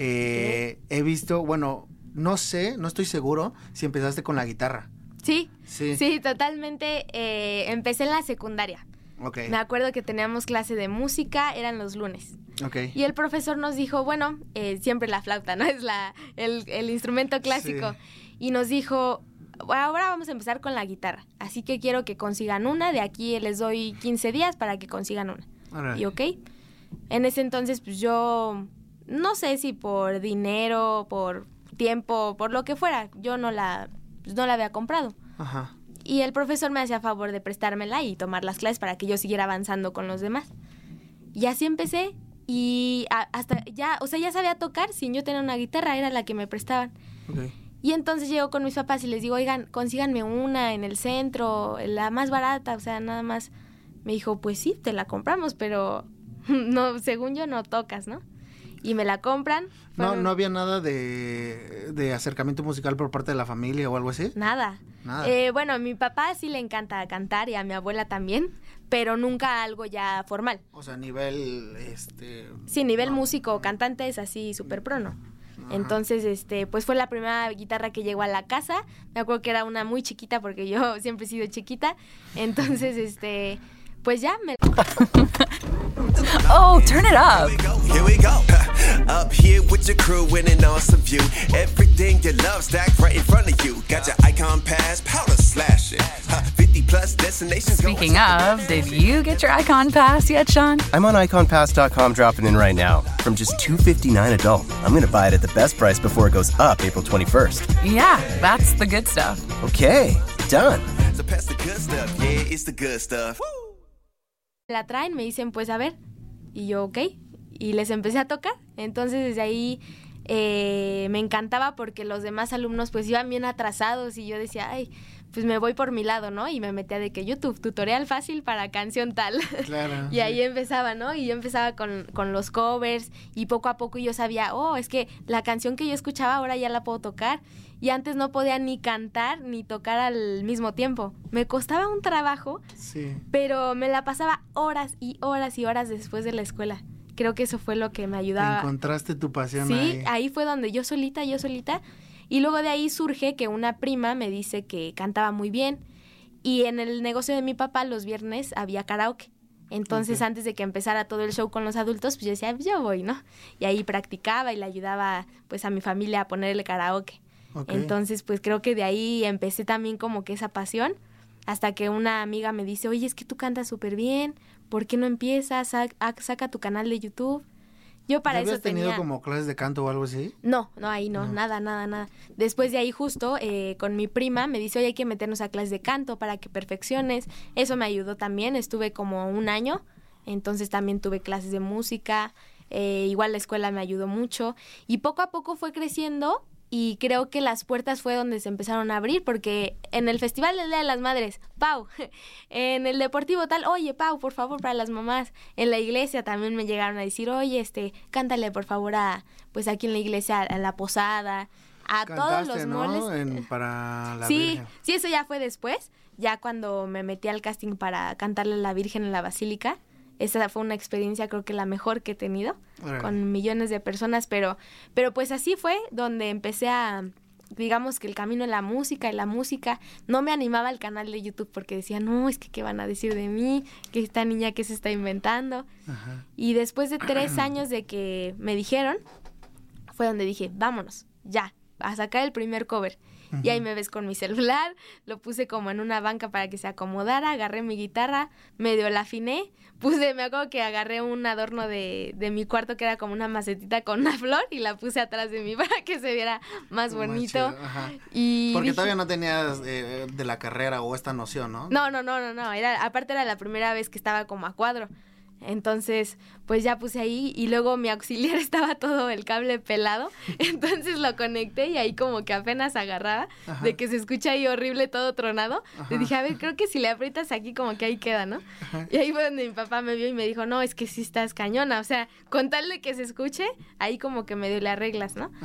He visto, bueno, no estoy seguro si empezaste con la guitarra. Sí, totalmente. Empecé en la secundaria. Okay. Me acuerdo que teníamos clase de música, eran los lunes. Okay. Y el profesor nos dijo, bueno, siempre la flauta, ¿no? Es el instrumento clásico. Sí. Y nos dijo, ahora vamos a empezar con la guitarra. Así que quiero que consigan una. De aquí les doy 15 días para que consigan una. Right. Y ok. En ese entonces, pues yo no sé si por dinero, por tiempo, por lo que fuera, yo no la había comprado. Ajá. Y el profesor me hacía favor de prestármela y tomar las clases para que yo siguiera avanzando con los demás. Y así empecé y hasta ya, o sea, ya sabía tocar sin yo tener una guitarra, era la que me prestaban. Okay. Y entonces llego con mis papás y les digo, oigan, consíganme una en el centro, la más barata, o sea, nada más. Me dijo, pues sí, te la compramos, pero no, según yo no tocas, ¿no? Y me la compran. ¿No había nada de acercamiento musical por parte de la familia o algo así? Nada. Bueno, a mi papá sí le encanta cantar y a mi abuela también, pero nunca algo ya formal. O sea, nivel, Sí, nivel músico, cantante es así súper pro, ¿no? Ajá. Entonces, pues fue la primera guitarra que llegó a la casa. Me acuerdo que era una muy chiquita porque yo siempre he sido chiquita. Entonces, pues ya me... Oh, turn it up. Here we go. Up here with your crew in an awesome view. Everything you love stacked right in front of you. Got your Icon Pass, powder slashing. 50 plus destinations. Speaking of, did you get your Icon Pass yet, Sean? I'm on iconpass.com dropping in right now. From just $2.59 adult, I'm going to buy it at the best price before it goes up April 21st. Yeah, that's the good stuff. Okay, done. So pass the good stuff. Yeah, it's the good stuff. La traen, me dicen, pues a ver. Y yo, ok. Y les empecé a tocar. Entonces, desde ahí me encantaba porque los demás alumnos pues iban bien atrasados y yo decía, ay, pues me voy por mi lado, ¿no? Y me metía de que YouTube, tutorial fácil para canción tal. Claro. Y ahí empezaba, ¿no? Y yo empezaba con los covers y poco a poco yo sabía, es que la canción que yo escuchaba ahora ya la puedo tocar. Y antes no podía ni cantar ni tocar al mismo tiempo. Me costaba un trabajo, sí, pero me la pasaba horas y horas y horas después de la escuela. Creo que eso fue lo que me ayudaba. Encontraste tu pasión. Sí, ahí fue donde yo solita. Y luego de ahí surge que una prima me dice que cantaba muy bien. Y en el negocio de mi papá los viernes había karaoke. Entonces, okay, antes de que empezara todo el show con los adultos, pues yo decía, yo voy, ¿no? Y ahí practicaba y le ayudaba pues a mi familia a poner el karaoke. Okay. Entonces, pues creo que de ahí empecé también como que esa pasión, hasta que una amiga me dice, oye, es que tú cantas súper bien, ¿por qué no empiezas? Saca tu canal de YouTube. Yo para eso tenía... ¿Habías tenido como clases de canto o algo así? No, ahí no, nada. Después de ahí justo con mi prima me dice, oye, hay que meternos a clases de canto para que perfecciones. Eso me ayudó también, estuve como 1 año, entonces también tuve clases de música, igual la escuela me ayudó mucho y poco a poco fue creciendo. Y creo que las puertas fue donde se empezaron a abrir, porque en el Festival del Día de las Madres, Pau, en el Deportivo tal, oye, Pau, por favor, para las mamás. En la iglesia también me llegaron a decir, oye, cántale, por favor, pues aquí en la iglesia, a la posada, a todos los moles. ¿No? Para la sí, Virgen. Sí, eso ya fue después, ya cuando me metí al casting para cantarle a la Virgen en la Basílica. Esa fue una experiencia, creo que la mejor que he tenido, con millones de personas, pero pues así fue donde empecé a, digamos que el camino de la música, no me animaba al canal de YouTube porque decía, no, es que qué van a decir de mí, que esta niña que se está inventando. Ajá. Y después de 3 años de que me dijeron, fue donde dije, vámonos, ya, a sacar el primer cover. Y ahí me ves con mi celular, lo puse como en una banca para que se acomodara, agarré mi guitarra, medio la afiné, me acuerdo que agarré un adorno de mi cuarto que era como una macetita con una flor y la puse atrás de mí para que se viera más bonito. Y porque todavía no tenías de la carrera o esta noción, ¿no? No, aparte era la primera vez que estaba como a cuadro. Entonces, pues ya puse ahí y luego mi auxiliar estaba todo el cable pelado, entonces lo conecté y ahí como que apenas agarraba de que se escucha ahí horrible todo tronado. Le dije, a ver, creo que si le aprietas aquí como que ahí queda, ¿no? Y ahí fue donde mi papá me vio y me dijo, no, es que sí estás cañona, o sea, con tal de que se escuche, ahí como que medio le arreglas, ¿no?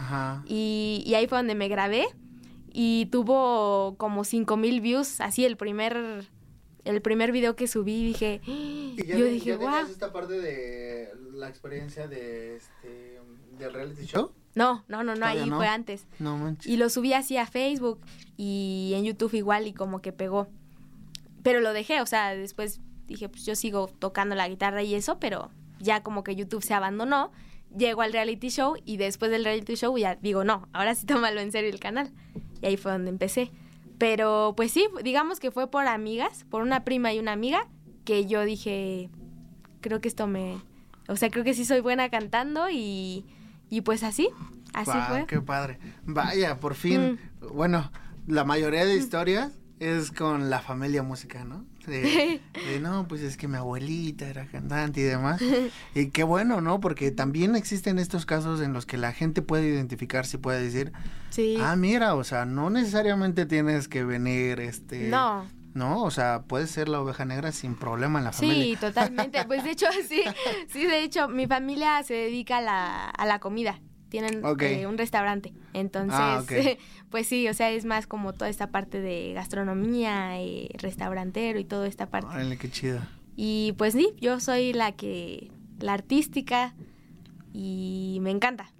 Y ahí fue donde me grabé y tuvo como 5,000 views, así el primer video que subí, dije, yo dije, wow. ¿Tenías esta parte de la experiencia del reality show? No, ahí fue antes. No manches. Y lo subí así a Facebook y en YouTube igual y como que pegó. Pero lo dejé, o sea, después dije, pues yo sigo tocando la guitarra y eso, pero ya como que YouTube se abandonó. Llego al reality show y después del reality show ya digo, no, ahora sí tómalo en serio el canal. Y ahí fue donde empecé. Pero pues sí, digamos que fue por amigas, por una prima y una amiga, que yo dije, creo que creo que sí soy buena cantando y pues así fue. Qué padre. Vaya, por fin, bueno, la mayoría de historias es con la familia música, ¿no? No, pues es que mi abuelita era cantante y demás. Y qué bueno, ¿no? Porque también existen estos casos en los que la gente puede identificarse y puede decir, mira, o sea, no necesariamente tienes que venir, No, o sea, puedes ser la oveja negra sin problema en la familia. Sí, totalmente. Pues de hecho, sí, de hecho, mi familia se dedica a la comida. Tienen un restaurante. Entonces, pues sí, o sea, es más como toda esta parte de gastronomía, restaurantero y toda esta parte. Órale, qué chido. Y pues sí, yo soy la artística y me encanta.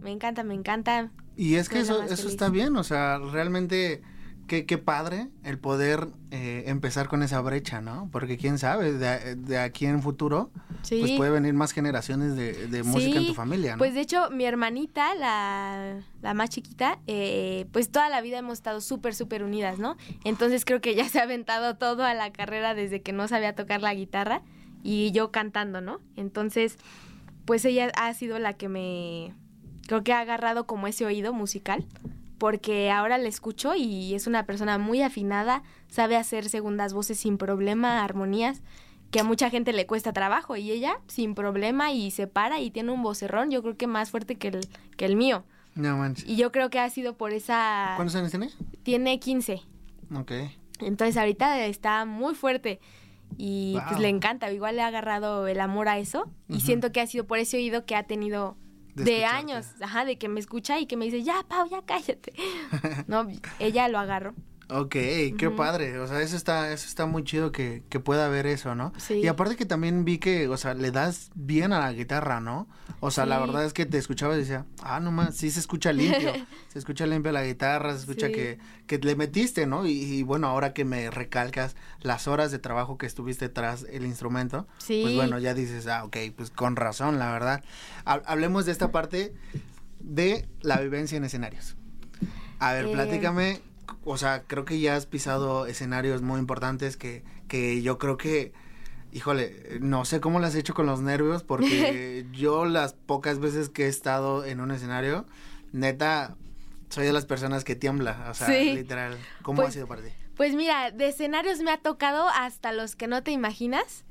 Y es que eso está bien, o sea, realmente qué padre el poder empezar con esa brecha, ¿no? Porque quién sabe, de aquí en futuro, pues puede venir más generaciones de música en tu familia, ¿no? Pues de hecho, mi hermanita, la más chiquita, pues toda la vida hemos estado súper, súper unidas, ¿no? Entonces creo que ya se ha aventado todo a la carrera desde que no sabía tocar la guitarra y yo cantando, ¿no? Entonces, pues ella ha sido la que creo que ha agarrado como ese oído musical, porque ahora la escucho y es una persona muy afinada, sabe hacer segundas voces sin problema, armonías, que a mucha gente le cuesta trabajo, y ella sin problema y se para y tiene un vocerrón, yo creo que más fuerte que el mío. No manches. Y yo creo que ha sido por esa... ¿Cuántos años tiene? Tiene 15. Ok. Entonces ahorita está muy fuerte y pues le encanta, igual le ha agarrado el amor a eso y siento que ha sido por ese oído que ha tenido... De años, de que me escucha y que me dice, ya, Pau, ya cállate. No, ella lo agarró. Ok, qué padre, o sea, eso está muy chido que pueda haber eso, ¿no? Sí. Y aparte que también vi que, o sea, le das bien a la guitarra, ¿no? O sea, la verdad es que te escuchaba y decía, nomás, sí se escucha limpio, se escucha limpio la guitarra, se escucha que le metiste, ¿no? Y bueno, ahora que me recalcas las horas de trabajo que estuviste tras el instrumento, pues bueno, ya dices, ok, pues con razón, la verdad. Hablemos de esta parte de la vivencia en escenarios. A ver, platícame. O sea, creo que ya has pisado escenarios muy importantes que yo creo que, híjole, no sé cómo lo has hecho con los nervios, porque yo las pocas veces que he estado en un escenario, neta, soy de las personas que tiembla, o sea, literal. ¿Cómo ha sido para ti? Pues mira, de escenarios me ha tocado hasta los que no te imaginas.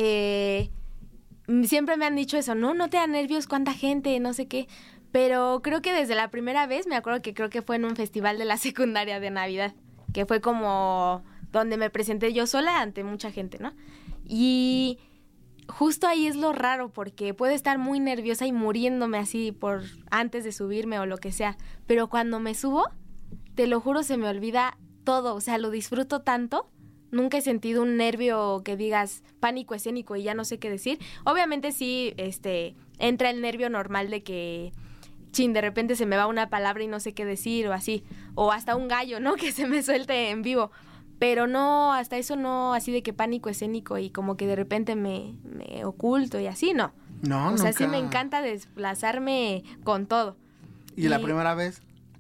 Siempre me han dicho eso, no te da nervios, cuánta gente, no sé qué. Pero creo que desde la primera vez, me acuerdo que creo que fue en un festival de la secundaria de Navidad, que fue como donde me presenté yo sola ante mucha gente, ¿no? Y justo ahí es lo raro, porque puedo estar muy nerviosa y muriéndome así antes de subirme o lo que sea, pero cuando me subo, te lo juro, se me olvida todo, o sea, lo disfruto tanto. Nunca he sentido un nervio que digas pánico escénico y ya no sé qué decir. Obviamente sí, entra el nervio normal de que de repente se me va una palabra y no sé qué decir o así, o hasta un gallo, ¿no? Que se me suelte en vivo, pero no, hasta eso no, así de que pánico escénico y como que de repente me oculto y así, no. No, o sea, nunca. sí me encanta desplazarme con todo. ¿Y la primera vez?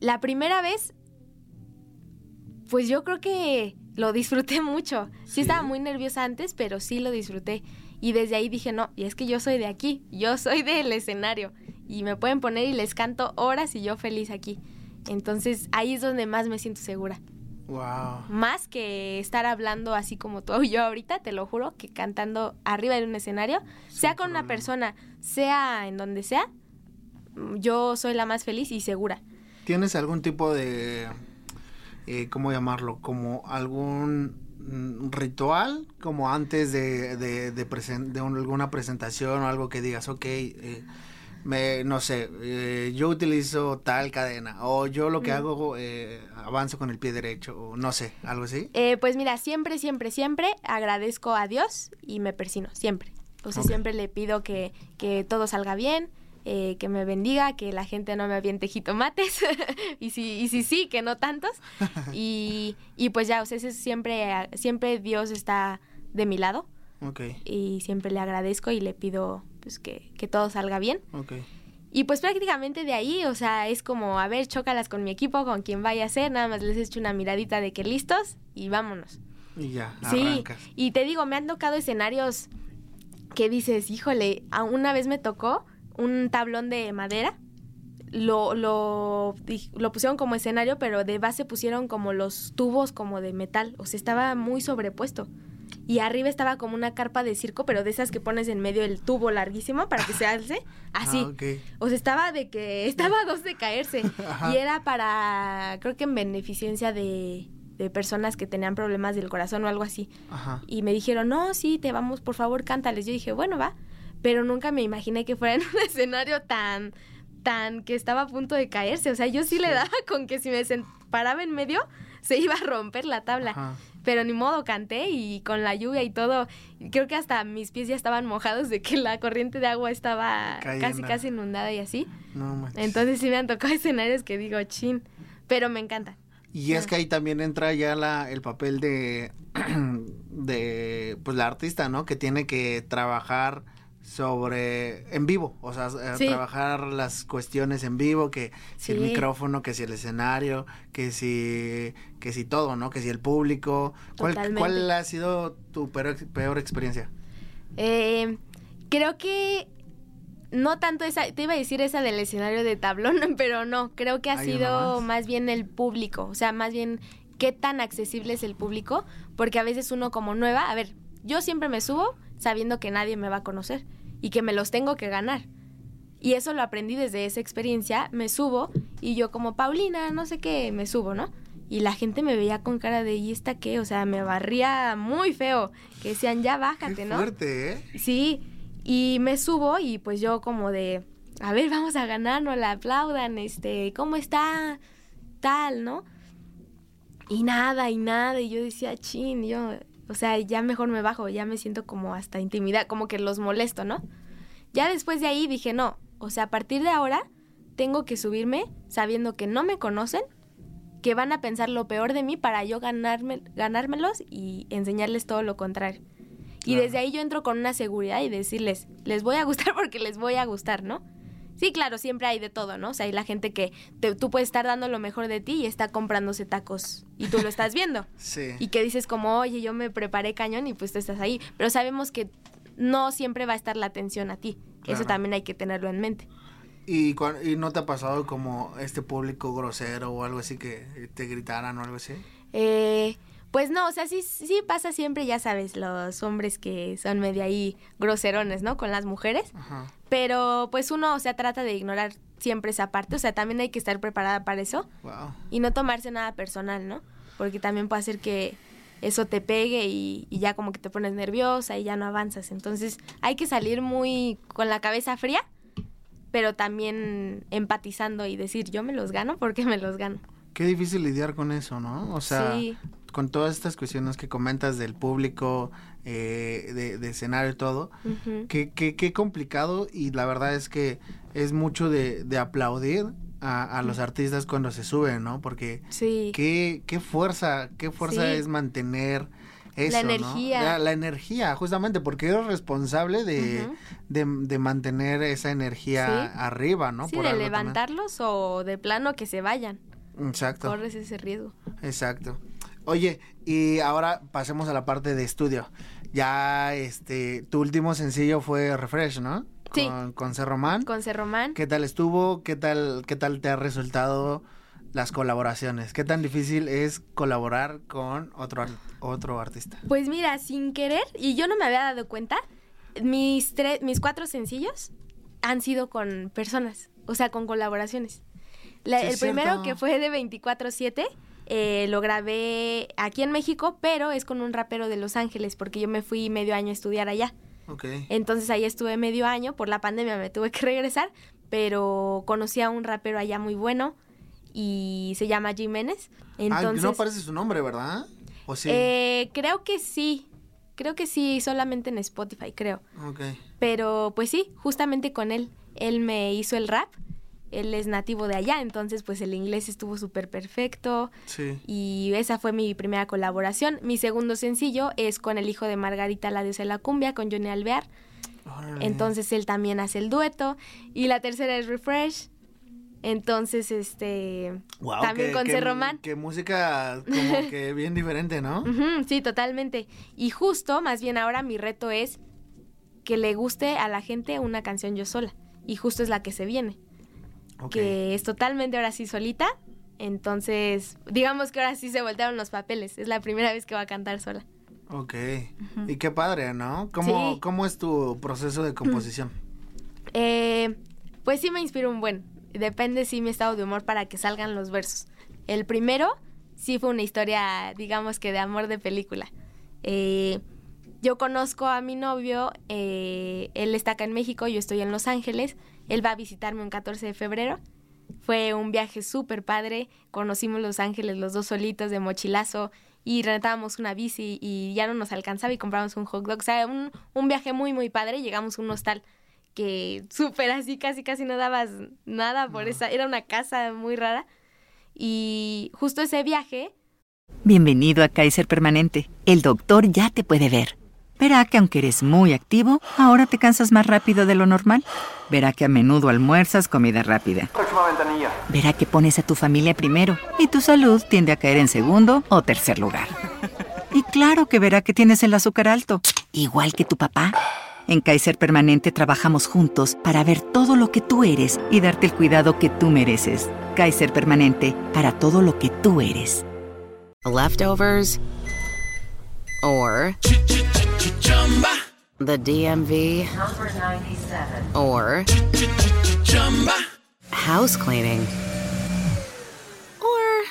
La primera vez, pues yo creo que lo disfruté mucho. Sí estaba muy nerviosa antes, pero sí lo disfruté. Y desde ahí dije, no, y es que yo soy de aquí, yo soy del escenario. Y me pueden poner y les canto horas y yo feliz aquí. Entonces ahí es donde más me siento segura. Wow. Más que estar hablando así como tú y yo ahorita, te lo juro, que cantando arriba de un escenario, sea con una persona, sea en donde sea, yo soy la más feliz y segura. ¿Tienes algún tipo de, cómo llamarlo, como algún ritual, como antes de alguna presentación o algo que digas, ok, no sé, yo utilizo tal cadena, o yo lo que hago, avanzo con el pie derecho, o no sé, algo así? Pues mira, siempre agradezco a Dios y me persino, siempre. O sea, siempre le pido que todo salga bien, que me bendiga, que la gente no me aviente jitomates, y sí, que no tantos. Y pues ya, o sea, siempre Dios está de mi lado. Okay. Y siempre le agradezco y le pido pues que todo salga bien. Okay. Y pues prácticamente de ahí, o sea, es como, a ver, chócalas con mi equipo, con quien vaya a ser, nada más les echo una miradita de que listos y vámonos. Y ya, arrancas. Sí, y te digo, me han tocado escenarios que dices, híjole, una vez me tocó un tablón de madera, lo pusieron como escenario, pero de base pusieron como los tubos como de metal, o sea, estaba muy sobrepuesto. Y arriba estaba como una carpa de circo, pero de esas que pones en medio el tubo larguísimo para que se alce, así. Okay. O sea, estaba a dos de caerse. Y era para, creo que en beneficencia de personas que tenían problemas del corazón o algo así. Ajá. Y me dijeron, no, sí, te vamos, por favor, cántales. Yo dije, bueno, va. Pero nunca me imaginé que fuera en un escenario tan que estaba a punto de caerse. O sea, yo sí le daba con que si me paraba en medio, se iba a romper la tabla. Ajá. Pero ni modo, canté y con la lluvia y todo, creo que hasta mis pies ya estaban mojados de que la corriente de agua estaba casi inundada y así. No manches. Entonces sí me han tocado escenarios que digo, chin, pero me encanta. Y es que ahí también entra ya el papel de pues la artista, ¿no? Que tiene que trabajar en vivo, o sea, trabajar las cuestiones en vivo, que si el micrófono, que si el escenario, que si todo, ¿no? Que si el público. ¿Cuál ha sido tu peor experiencia? Creo que no tanto esa, te iba a decir esa del escenario de tablón, pero no, creo que ha sido más bien el público, o sea, más bien qué tan accesible es el público, porque a veces uno como nueva, a ver, yo siempre me subo sabiendo que nadie me va a conocer y que me los tengo que ganar. Y eso lo aprendí desde esa experiencia, me subo y yo como Paulina, no sé qué, me subo, ¿no? Y la gente me veía con cara de, ¿y esta qué? O sea, me barría muy feo, que decían, ya bájate, ¿no? Qué fuerte, ¿eh? Sí, y me subo y pues yo como de, a ver, vamos a ganar, no la aplaudan, ¿cómo está? Tal, ¿no? Y nada, y yo decía, chin, o sea, ya mejor me bajo, ya me siento como hasta intimidad, como que los molesto, ¿no? Ya después de ahí dije, no, o sea, a partir de ahora tengo que subirme sabiendo que no me conocen, que van a pensar lo peor de mí para yo ganármelos y enseñarles todo lo contrario. Y desde ahí yo entro con una seguridad y decirles, les voy a gustar porque les voy a gustar, ¿no? Sí, claro, siempre hay de todo, ¿no? O sea, hay la gente que tú puedes estar dando lo mejor de ti y está comprándose tacos y tú lo estás viendo. Sí. Y que dices como, oye, yo me preparé cañón y pues tú estás ahí. Pero sabemos que no siempre va a estar la atención a ti. Claro. Eso también hay que tenerlo en mente. ¿Y no te ha pasado como público grosero o algo así que te gritaran o algo así? Pues no, o sea, sí pasa siempre, ya sabes, los hombres que son medio ahí groserones, ¿no? Con las mujeres. Ajá. Pero pues uno, o sea, trata de ignorar siempre esa parte, o sea, también hay que estar preparada para eso. Wow. Y no tomarse nada personal, ¿no? Porque también puede hacer que eso te pegue y ya como que te pones nerviosa y ya no avanzas. Entonces hay que salir muy con la cabeza fría, pero también empatizando y decir, yo me los gano porque me los gano. Qué difícil lidiar con eso, ¿no? O sea, sí, con todas estas cuestiones que comentas del público, de escenario y todo, uh-huh. Qué complicado, y la verdad es que es mucho de aplaudir a los artistas cuando se suben, ¿no? Porque sí. qué fuerza sí. es mantener eso, la energía. ¿no? La energía, justamente, porque eres responsable uh-huh. de mantener esa energía sí. arriba, ¿no? Sí, por de algo levantarlos también. O de plano que se vayan. Exacto. corres ese riesgo. Exacto. Oye, y ahora pasemos a la parte de estudio. Ya, tu último sencillo fue Refresh, ¿no? Sí. Con C. Román. Con C. Román. ¿Qué tal estuvo? ¿Qué tal te ha resultado las colaboraciones? ¿Qué tan difícil es colaborar con otro artista? Pues mira, sin querer, y yo no me había dado cuenta, mis 4 sencillos han sido con personas, o sea, con colaboraciones. El primero, que fue de 24/7, lo grabé aquí en México, pero es con un rapero de Los Ángeles, porque yo me fui medio año a estudiar allá. Okay. Entonces ahí estuve medio año, por la pandemia me tuve que regresar, pero conocí a un rapero allá muy bueno y se llama Jiménez. Entonces, no aparece su nombre, ¿verdad? ¿O sí? Creo que sí, solamente en Spotify, creo. Okay. Pero pues sí, justamente con él me hizo el rap. Él es nativo de allá, entonces pues el inglés estuvo súper perfecto. Sí. Y esa fue mi primera colaboración. Mi segundo sencillo es con el hijo de Margarita, la diosa de la cumbia, con Johnny Alvear. Órale. Entonces él también hace el dueto. Y la tercera es Refresh. Entonces, Wow, también con C. Román. Qué música como que bien diferente, ¿no? Ujú, sí, totalmente. Y justo, más bien ahora mi reto es que le guste a la gente una canción yo sola. Y justo es la que se viene. Okay. Que es totalmente ahora sí solita. Entonces, digamos que ahora sí se voltearon los papeles. Es la primera vez que va a cantar sola. Ok. Y qué padre, ¿no? ¿Cómo es tu proceso de composición? Pues sí me inspiro un buen. Depende sí mi estado de humor para que salgan los versos. El primero sí fue una historia, digamos que de amor de película. Yo conozco a mi novio, él está acá en México, yo estoy en Los Ángeles. Él va a visitarme un 14 de febrero. Fue un viaje súper padre. Conocimos Los Ángeles los dos solitos de mochilazo y rentábamos una bici y ya no nos alcanzaba y compramos un hot dog. O sea, un viaje muy, muy padre. Llegamos a un hostal que súper así, casi no dabas nada por esa. Era una casa muy rara. Y justo ese viaje... Bienvenido a Kaiser Permanente. El doctor ya te puede ver. Verá que aunque eres muy activo, ahora te cansas más rápido de lo normal. Verá que a menudo almuerzas comida rápida. Próxima ventanilla. Verá que pones a tu familia primero y tu salud tiende a caer en segundo o tercer lugar. Y claro que verá que tienes el azúcar alto, igual que tu papá. En Kaiser Permanente trabajamos juntos para ver todo lo que tú eres y darte el cuidado que tú mereces. Kaiser Permanente, para todo lo que tú eres. Leftovers or the DMV or house cleaning or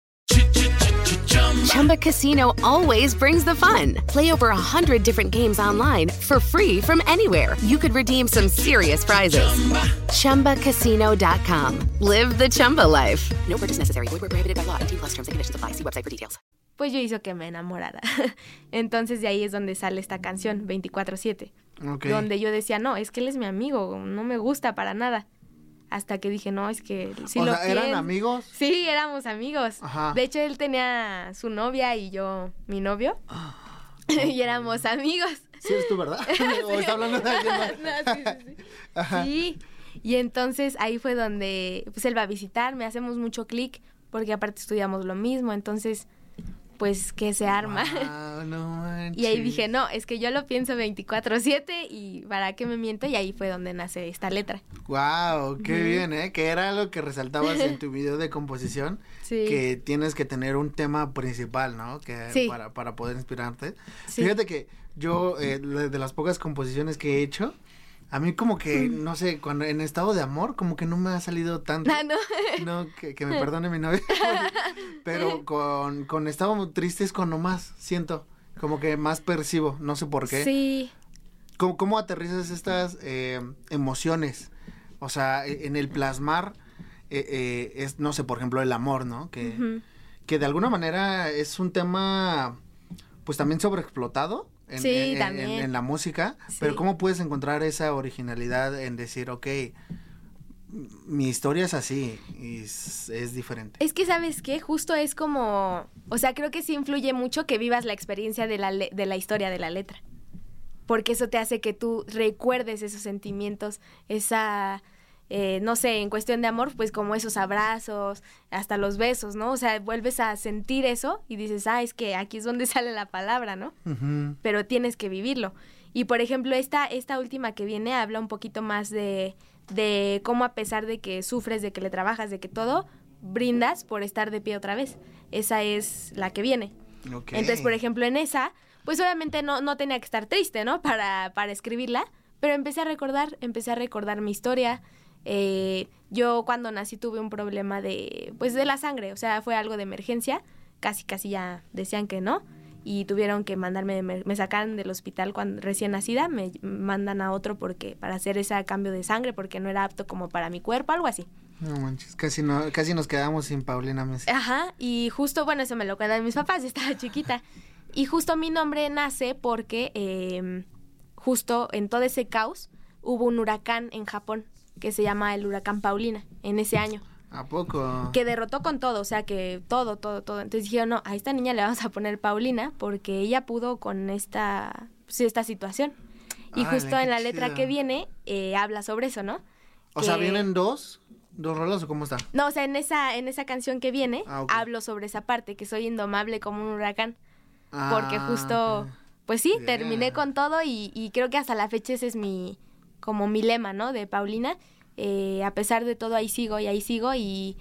Chumba Casino always brings the fun. Play over 100 different games online for free from anywhere. You could redeem some serious prizes. ChumbaCasino.com. Live the Chumba life. No purchase necessary. Void where prohibited by law. 18+ terms and conditions apply. See website for details. Pues yo hizo que me enamorara. Entonces de ahí es donde sale esta canción, 24/7. Okay. Donde yo decía, no, es que él es mi amigo, no me gusta para nada. Hasta que dije, no, es que sí o lo sea, quiero. ¿eran amigos? Sí, éramos amigos. Ajá. De hecho, él tenía su novia y yo mi novio. Y éramos amigos. Sí, eres tú, ¿verdad? ¿O está hablando de alguien más? No, sí. Ajá. Sí. Y entonces ahí fue donde pues él va a visitarme, hacemos mucho clic, porque aparte estudiamos lo mismo, entonces pues que se arma. Wow, no manches. Y ahí dije, no, es que yo lo pienso 24/7 y para qué me miento, y ahí fue donde nace esta letra. Wow, qué bien, ¿eh? Que era lo que resaltabas en tu video de composición, Sí. que tienes que tener un tema principal, ¿no? Que Sí. para poder inspirarte. Sí. Fíjate que yo, de las pocas composiciones que he hecho, a mí como que, no sé, cuando en estado de amor, como que no me ha salido tanto. Ah, ¿no? No, que me perdone mi novia. Pero con estado muy triste es cuando más siento, como que más percibo, no sé por qué. Sí. ¿Cómo aterrizas estas emociones? O sea, en el plasmar, es, no sé, por ejemplo, el amor, ¿no? Que de alguna manera es un tema, pues también sobreexplotado. Sí, también. En la música, Sí. pero ¿cómo puedes encontrar esa originalidad en decir, ok, mi historia es así y es diferente? Es que, ¿sabes qué? Justo es como, o sea, creo que sí influye mucho que vivas la experiencia de la historia de la letra, porque eso te hace que tú recuerdes esos sentimientos, esa no sé, en cuestión de amor, pues como esos abrazos, hasta los besos, ¿no? O sea, vuelves a sentir eso y dices, es que aquí es donde sale la palabra, ¿no? Ujú. Pero tienes que vivirlo. Y por ejemplo, esta última que viene habla un poquito más de cómo, a pesar de que sufres, de que le trabajas, de que todo, brindas por estar de pie otra vez. Esa es la que viene. Ok. Entonces, por ejemplo, en esa, pues obviamente no tenía que estar triste, ¿no? Para escribirla, pero empecé a recordar mi historia. Yo cuando nací tuve un problema de la sangre, o sea, fue algo de emergencia, casi ya decían que no, y tuvieron que mandarme, me sacaron del hospital cuando recién nacida, me mandan a otro para hacer ese cambio de sangre, porque no era apto como para mi cuerpo, algo así. No manches, casi nos quedamos sin Paulina Mesa. Ajá, y justo, bueno, eso me lo cuentan mis papás, yo estaba chiquita, y justo mi nombre nace porque justo en todo ese caos hubo un huracán en Japón, que se llama el huracán Paulina, en ese año. ¿A poco? Que derrotó con todo, o sea, que todo. Entonces dijeron, no, a esta niña le vamos a poner Paulina porque ella pudo con esta situación. Y justo en la letra que viene, habla sobre eso, ¿no? O sea, ¿vienen dos rolas o cómo está? No, o sea, en esa canción que viene, ok. hablo sobre esa parte, que soy indomable como un huracán. Porque justo, ok. pues sí, Yeah. terminé con todo y creo que hasta la fecha ese es mi lema, ¿no? De Paulina. A pesar de todo, ahí sigo y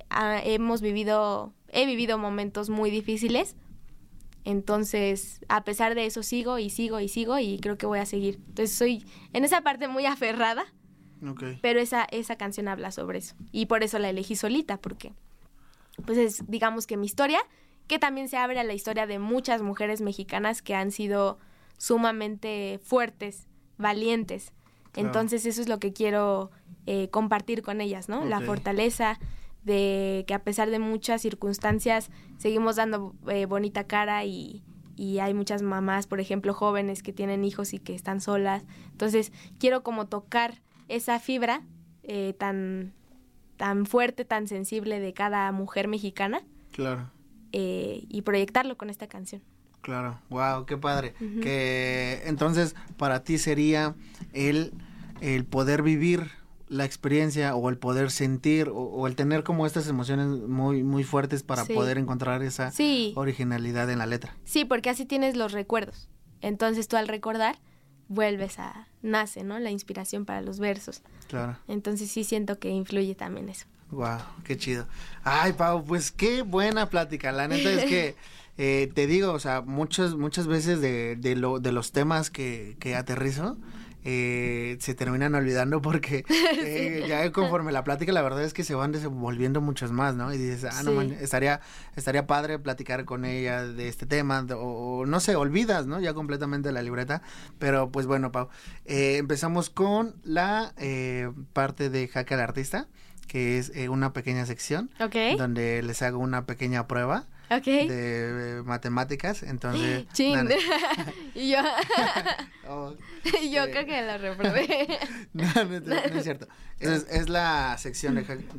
he vivido momentos muy difíciles. Entonces, a pesar de eso, sigo y creo que voy a seguir. Entonces, soy en esa parte muy aferrada, Okay. pero esa canción habla sobre eso. Y por eso la elegí solita, porque pues es, digamos que mi historia, que también se abre a la historia de muchas mujeres mexicanas que han sido sumamente fuertes, valientes. Claro. Entonces, eso es lo que quiero compartir con ellas, ¿no? La Ok. fortaleza de que a pesar de muchas circunstancias seguimos dando bonita cara y hay muchas mamás, por ejemplo, jóvenes que tienen hijos y que están solas. Entonces, quiero como tocar esa fibra tan fuerte, tan sensible de cada mujer mexicana Claro. Y proyectarlo con esta canción. Claro, wow, qué padre. Que entonces para ti sería el poder vivir la experiencia o el poder sentir o el tener como estas emociones muy muy fuertes para Sí. poder encontrar esa Sí. originalidad en la letra. Sí, porque así tienes los recuerdos. Entonces tú al recordar nace, ¿no? La inspiración para los versos. Claro. Entonces sí siento que influye también eso. Wow, qué chido. Ay, Pau, pues qué buena plática. La neta es que te digo, o sea, muchas veces de los temas que aterrizo se terminan olvidando porque ya conforme la plática la verdad es que se van desenvolviendo muchos más, ¿no? Y dices, no, Sí. man, estaría padre platicar con ella de este tema o no sé, olvidas, ¿no? Ya completamente la libreta, pero pues bueno, Pau, empezamos con la parte de Jaque al Artista, que es una pequeña sección Ok. donde les hago una pequeña prueba Ok. de matemáticas, entonces Chin. dale. Y yo, Oh, yo creo que lo reprobé. no es cierto. Es la sección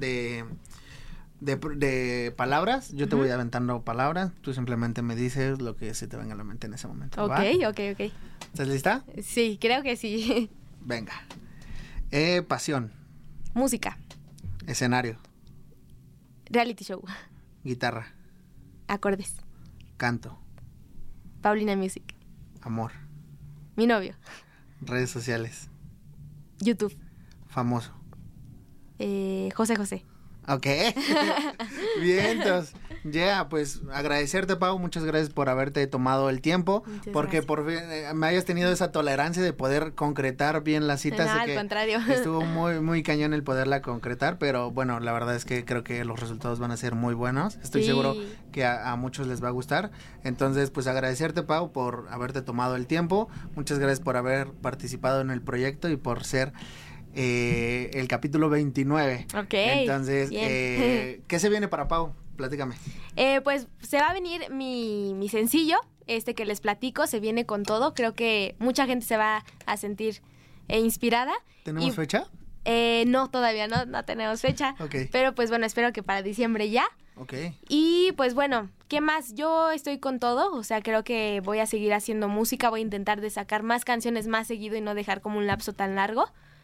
de palabras. Yo te voy aventando palabras. Tú simplemente me dices lo que se te venga a la mente en ese momento. Ok, ¿va? ok. ¿Estás lista? Sí, creo que sí. Venga. Pasión. Música, Escenario. reality show, Guitarra. acordes, Canto. Paulina Music, Amor. mi novio, Redes sociales. YouTube, Famoso. José. Ok. Vientos. Ya, pues agradecerte, Pau, muchas gracias por haberte tomado el tiempo, Muchas porque gracias. por fin me hayas tenido esa tolerancia de poder concretar bien las citas. No, Sé al que contrario. estuvo muy cañón el poderla concretar, pero bueno, la verdad es que creo que los resultados van a ser muy buenos. Estoy Sí. seguro que a muchos les va a gustar. Entonces, pues agradecerte, Pau, por haberte tomado el tiempo. Muchas gracias por haber participado en el proyecto y por ser el capítulo 29. Ok, Entonces, bien. ¿qué se viene para Pau? Platícame. Pues se va a venir mi sencillo, que les platico, se viene con todo. Creo que mucha gente se va a sentir inspirada. ¿Tenemos Y- fecha? No, todavía no tenemos fecha. Ok. Pero pues bueno, espero que para diciembre ya. Ok. Y pues bueno, ¿qué más? Yo estoy con todo, o sea, creo que voy a seguir haciendo música, voy a intentar de sacar más canciones más seguido y no dejar como un lapso tan largo.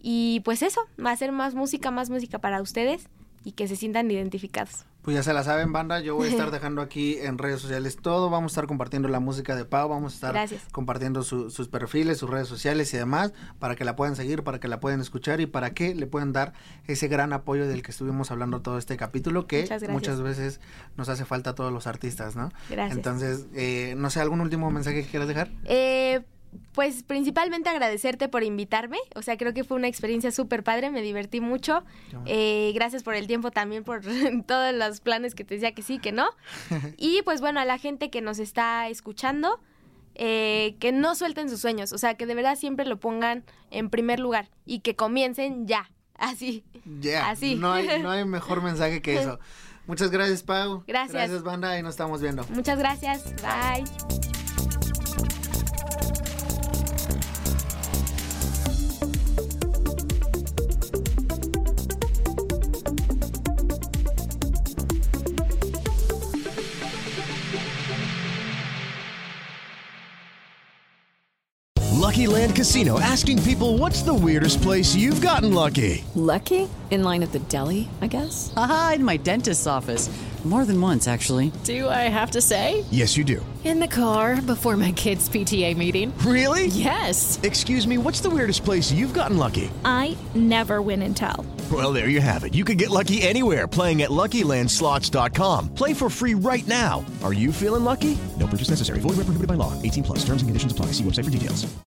Y pues eso, va a ser más música para ustedes y que se sientan identificados. Pues ya se la saben, banda, yo voy a estar dejando aquí en redes sociales todo, vamos a estar compartiendo la música de Pau, vamos a estar compartiendo sus perfiles, sus redes sociales y demás, para que la puedan seguir, para que la puedan escuchar y para que le puedan dar ese gran apoyo del que estuvimos hablando todo este capítulo, que muchas veces nos hace falta a todos los artistas, ¿no? Gracias. Entonces, no sé, ¿algún último mensaje que quieras dejar? Pues principalmente agradecerte por invitarme, o sea, creo que fue una experiencia súper padre, me divertí mucho, gracias por el tiempo también, por todos los planes que te decía que sí, que no, y pues bueno, a la gente que nos está escuchando, que no suelten sus sueños, o sea, que de verdad siempre lo pongan en primer lugar y que comiencen ya, así, así. No hay mejor mensaje que eso. Muchas gracias, Pau. Gracias, banda, y nos estamos viendo. Muchas gracias, bye. Lucky Land Casino, asking people, what's the weirdest place you've gotten lucky? Lucky? In line at the deli, I guess? Aha, in my dentist's office. More than once, actually. Do I have to say? Yes, you do. In the car before my kids' PTA meeting. Really? Yes. Excuse me, what's the weirdest place you've gotten lucky? I never win and tell. Well, there you have it. You can get lucky anywhere, playing at LuckyLandSlots.com. Play for free right now. Are you feeling lucky? No purchase necessary. Void where prohibited by law. 18+. Terms and conditions apply. See website for details.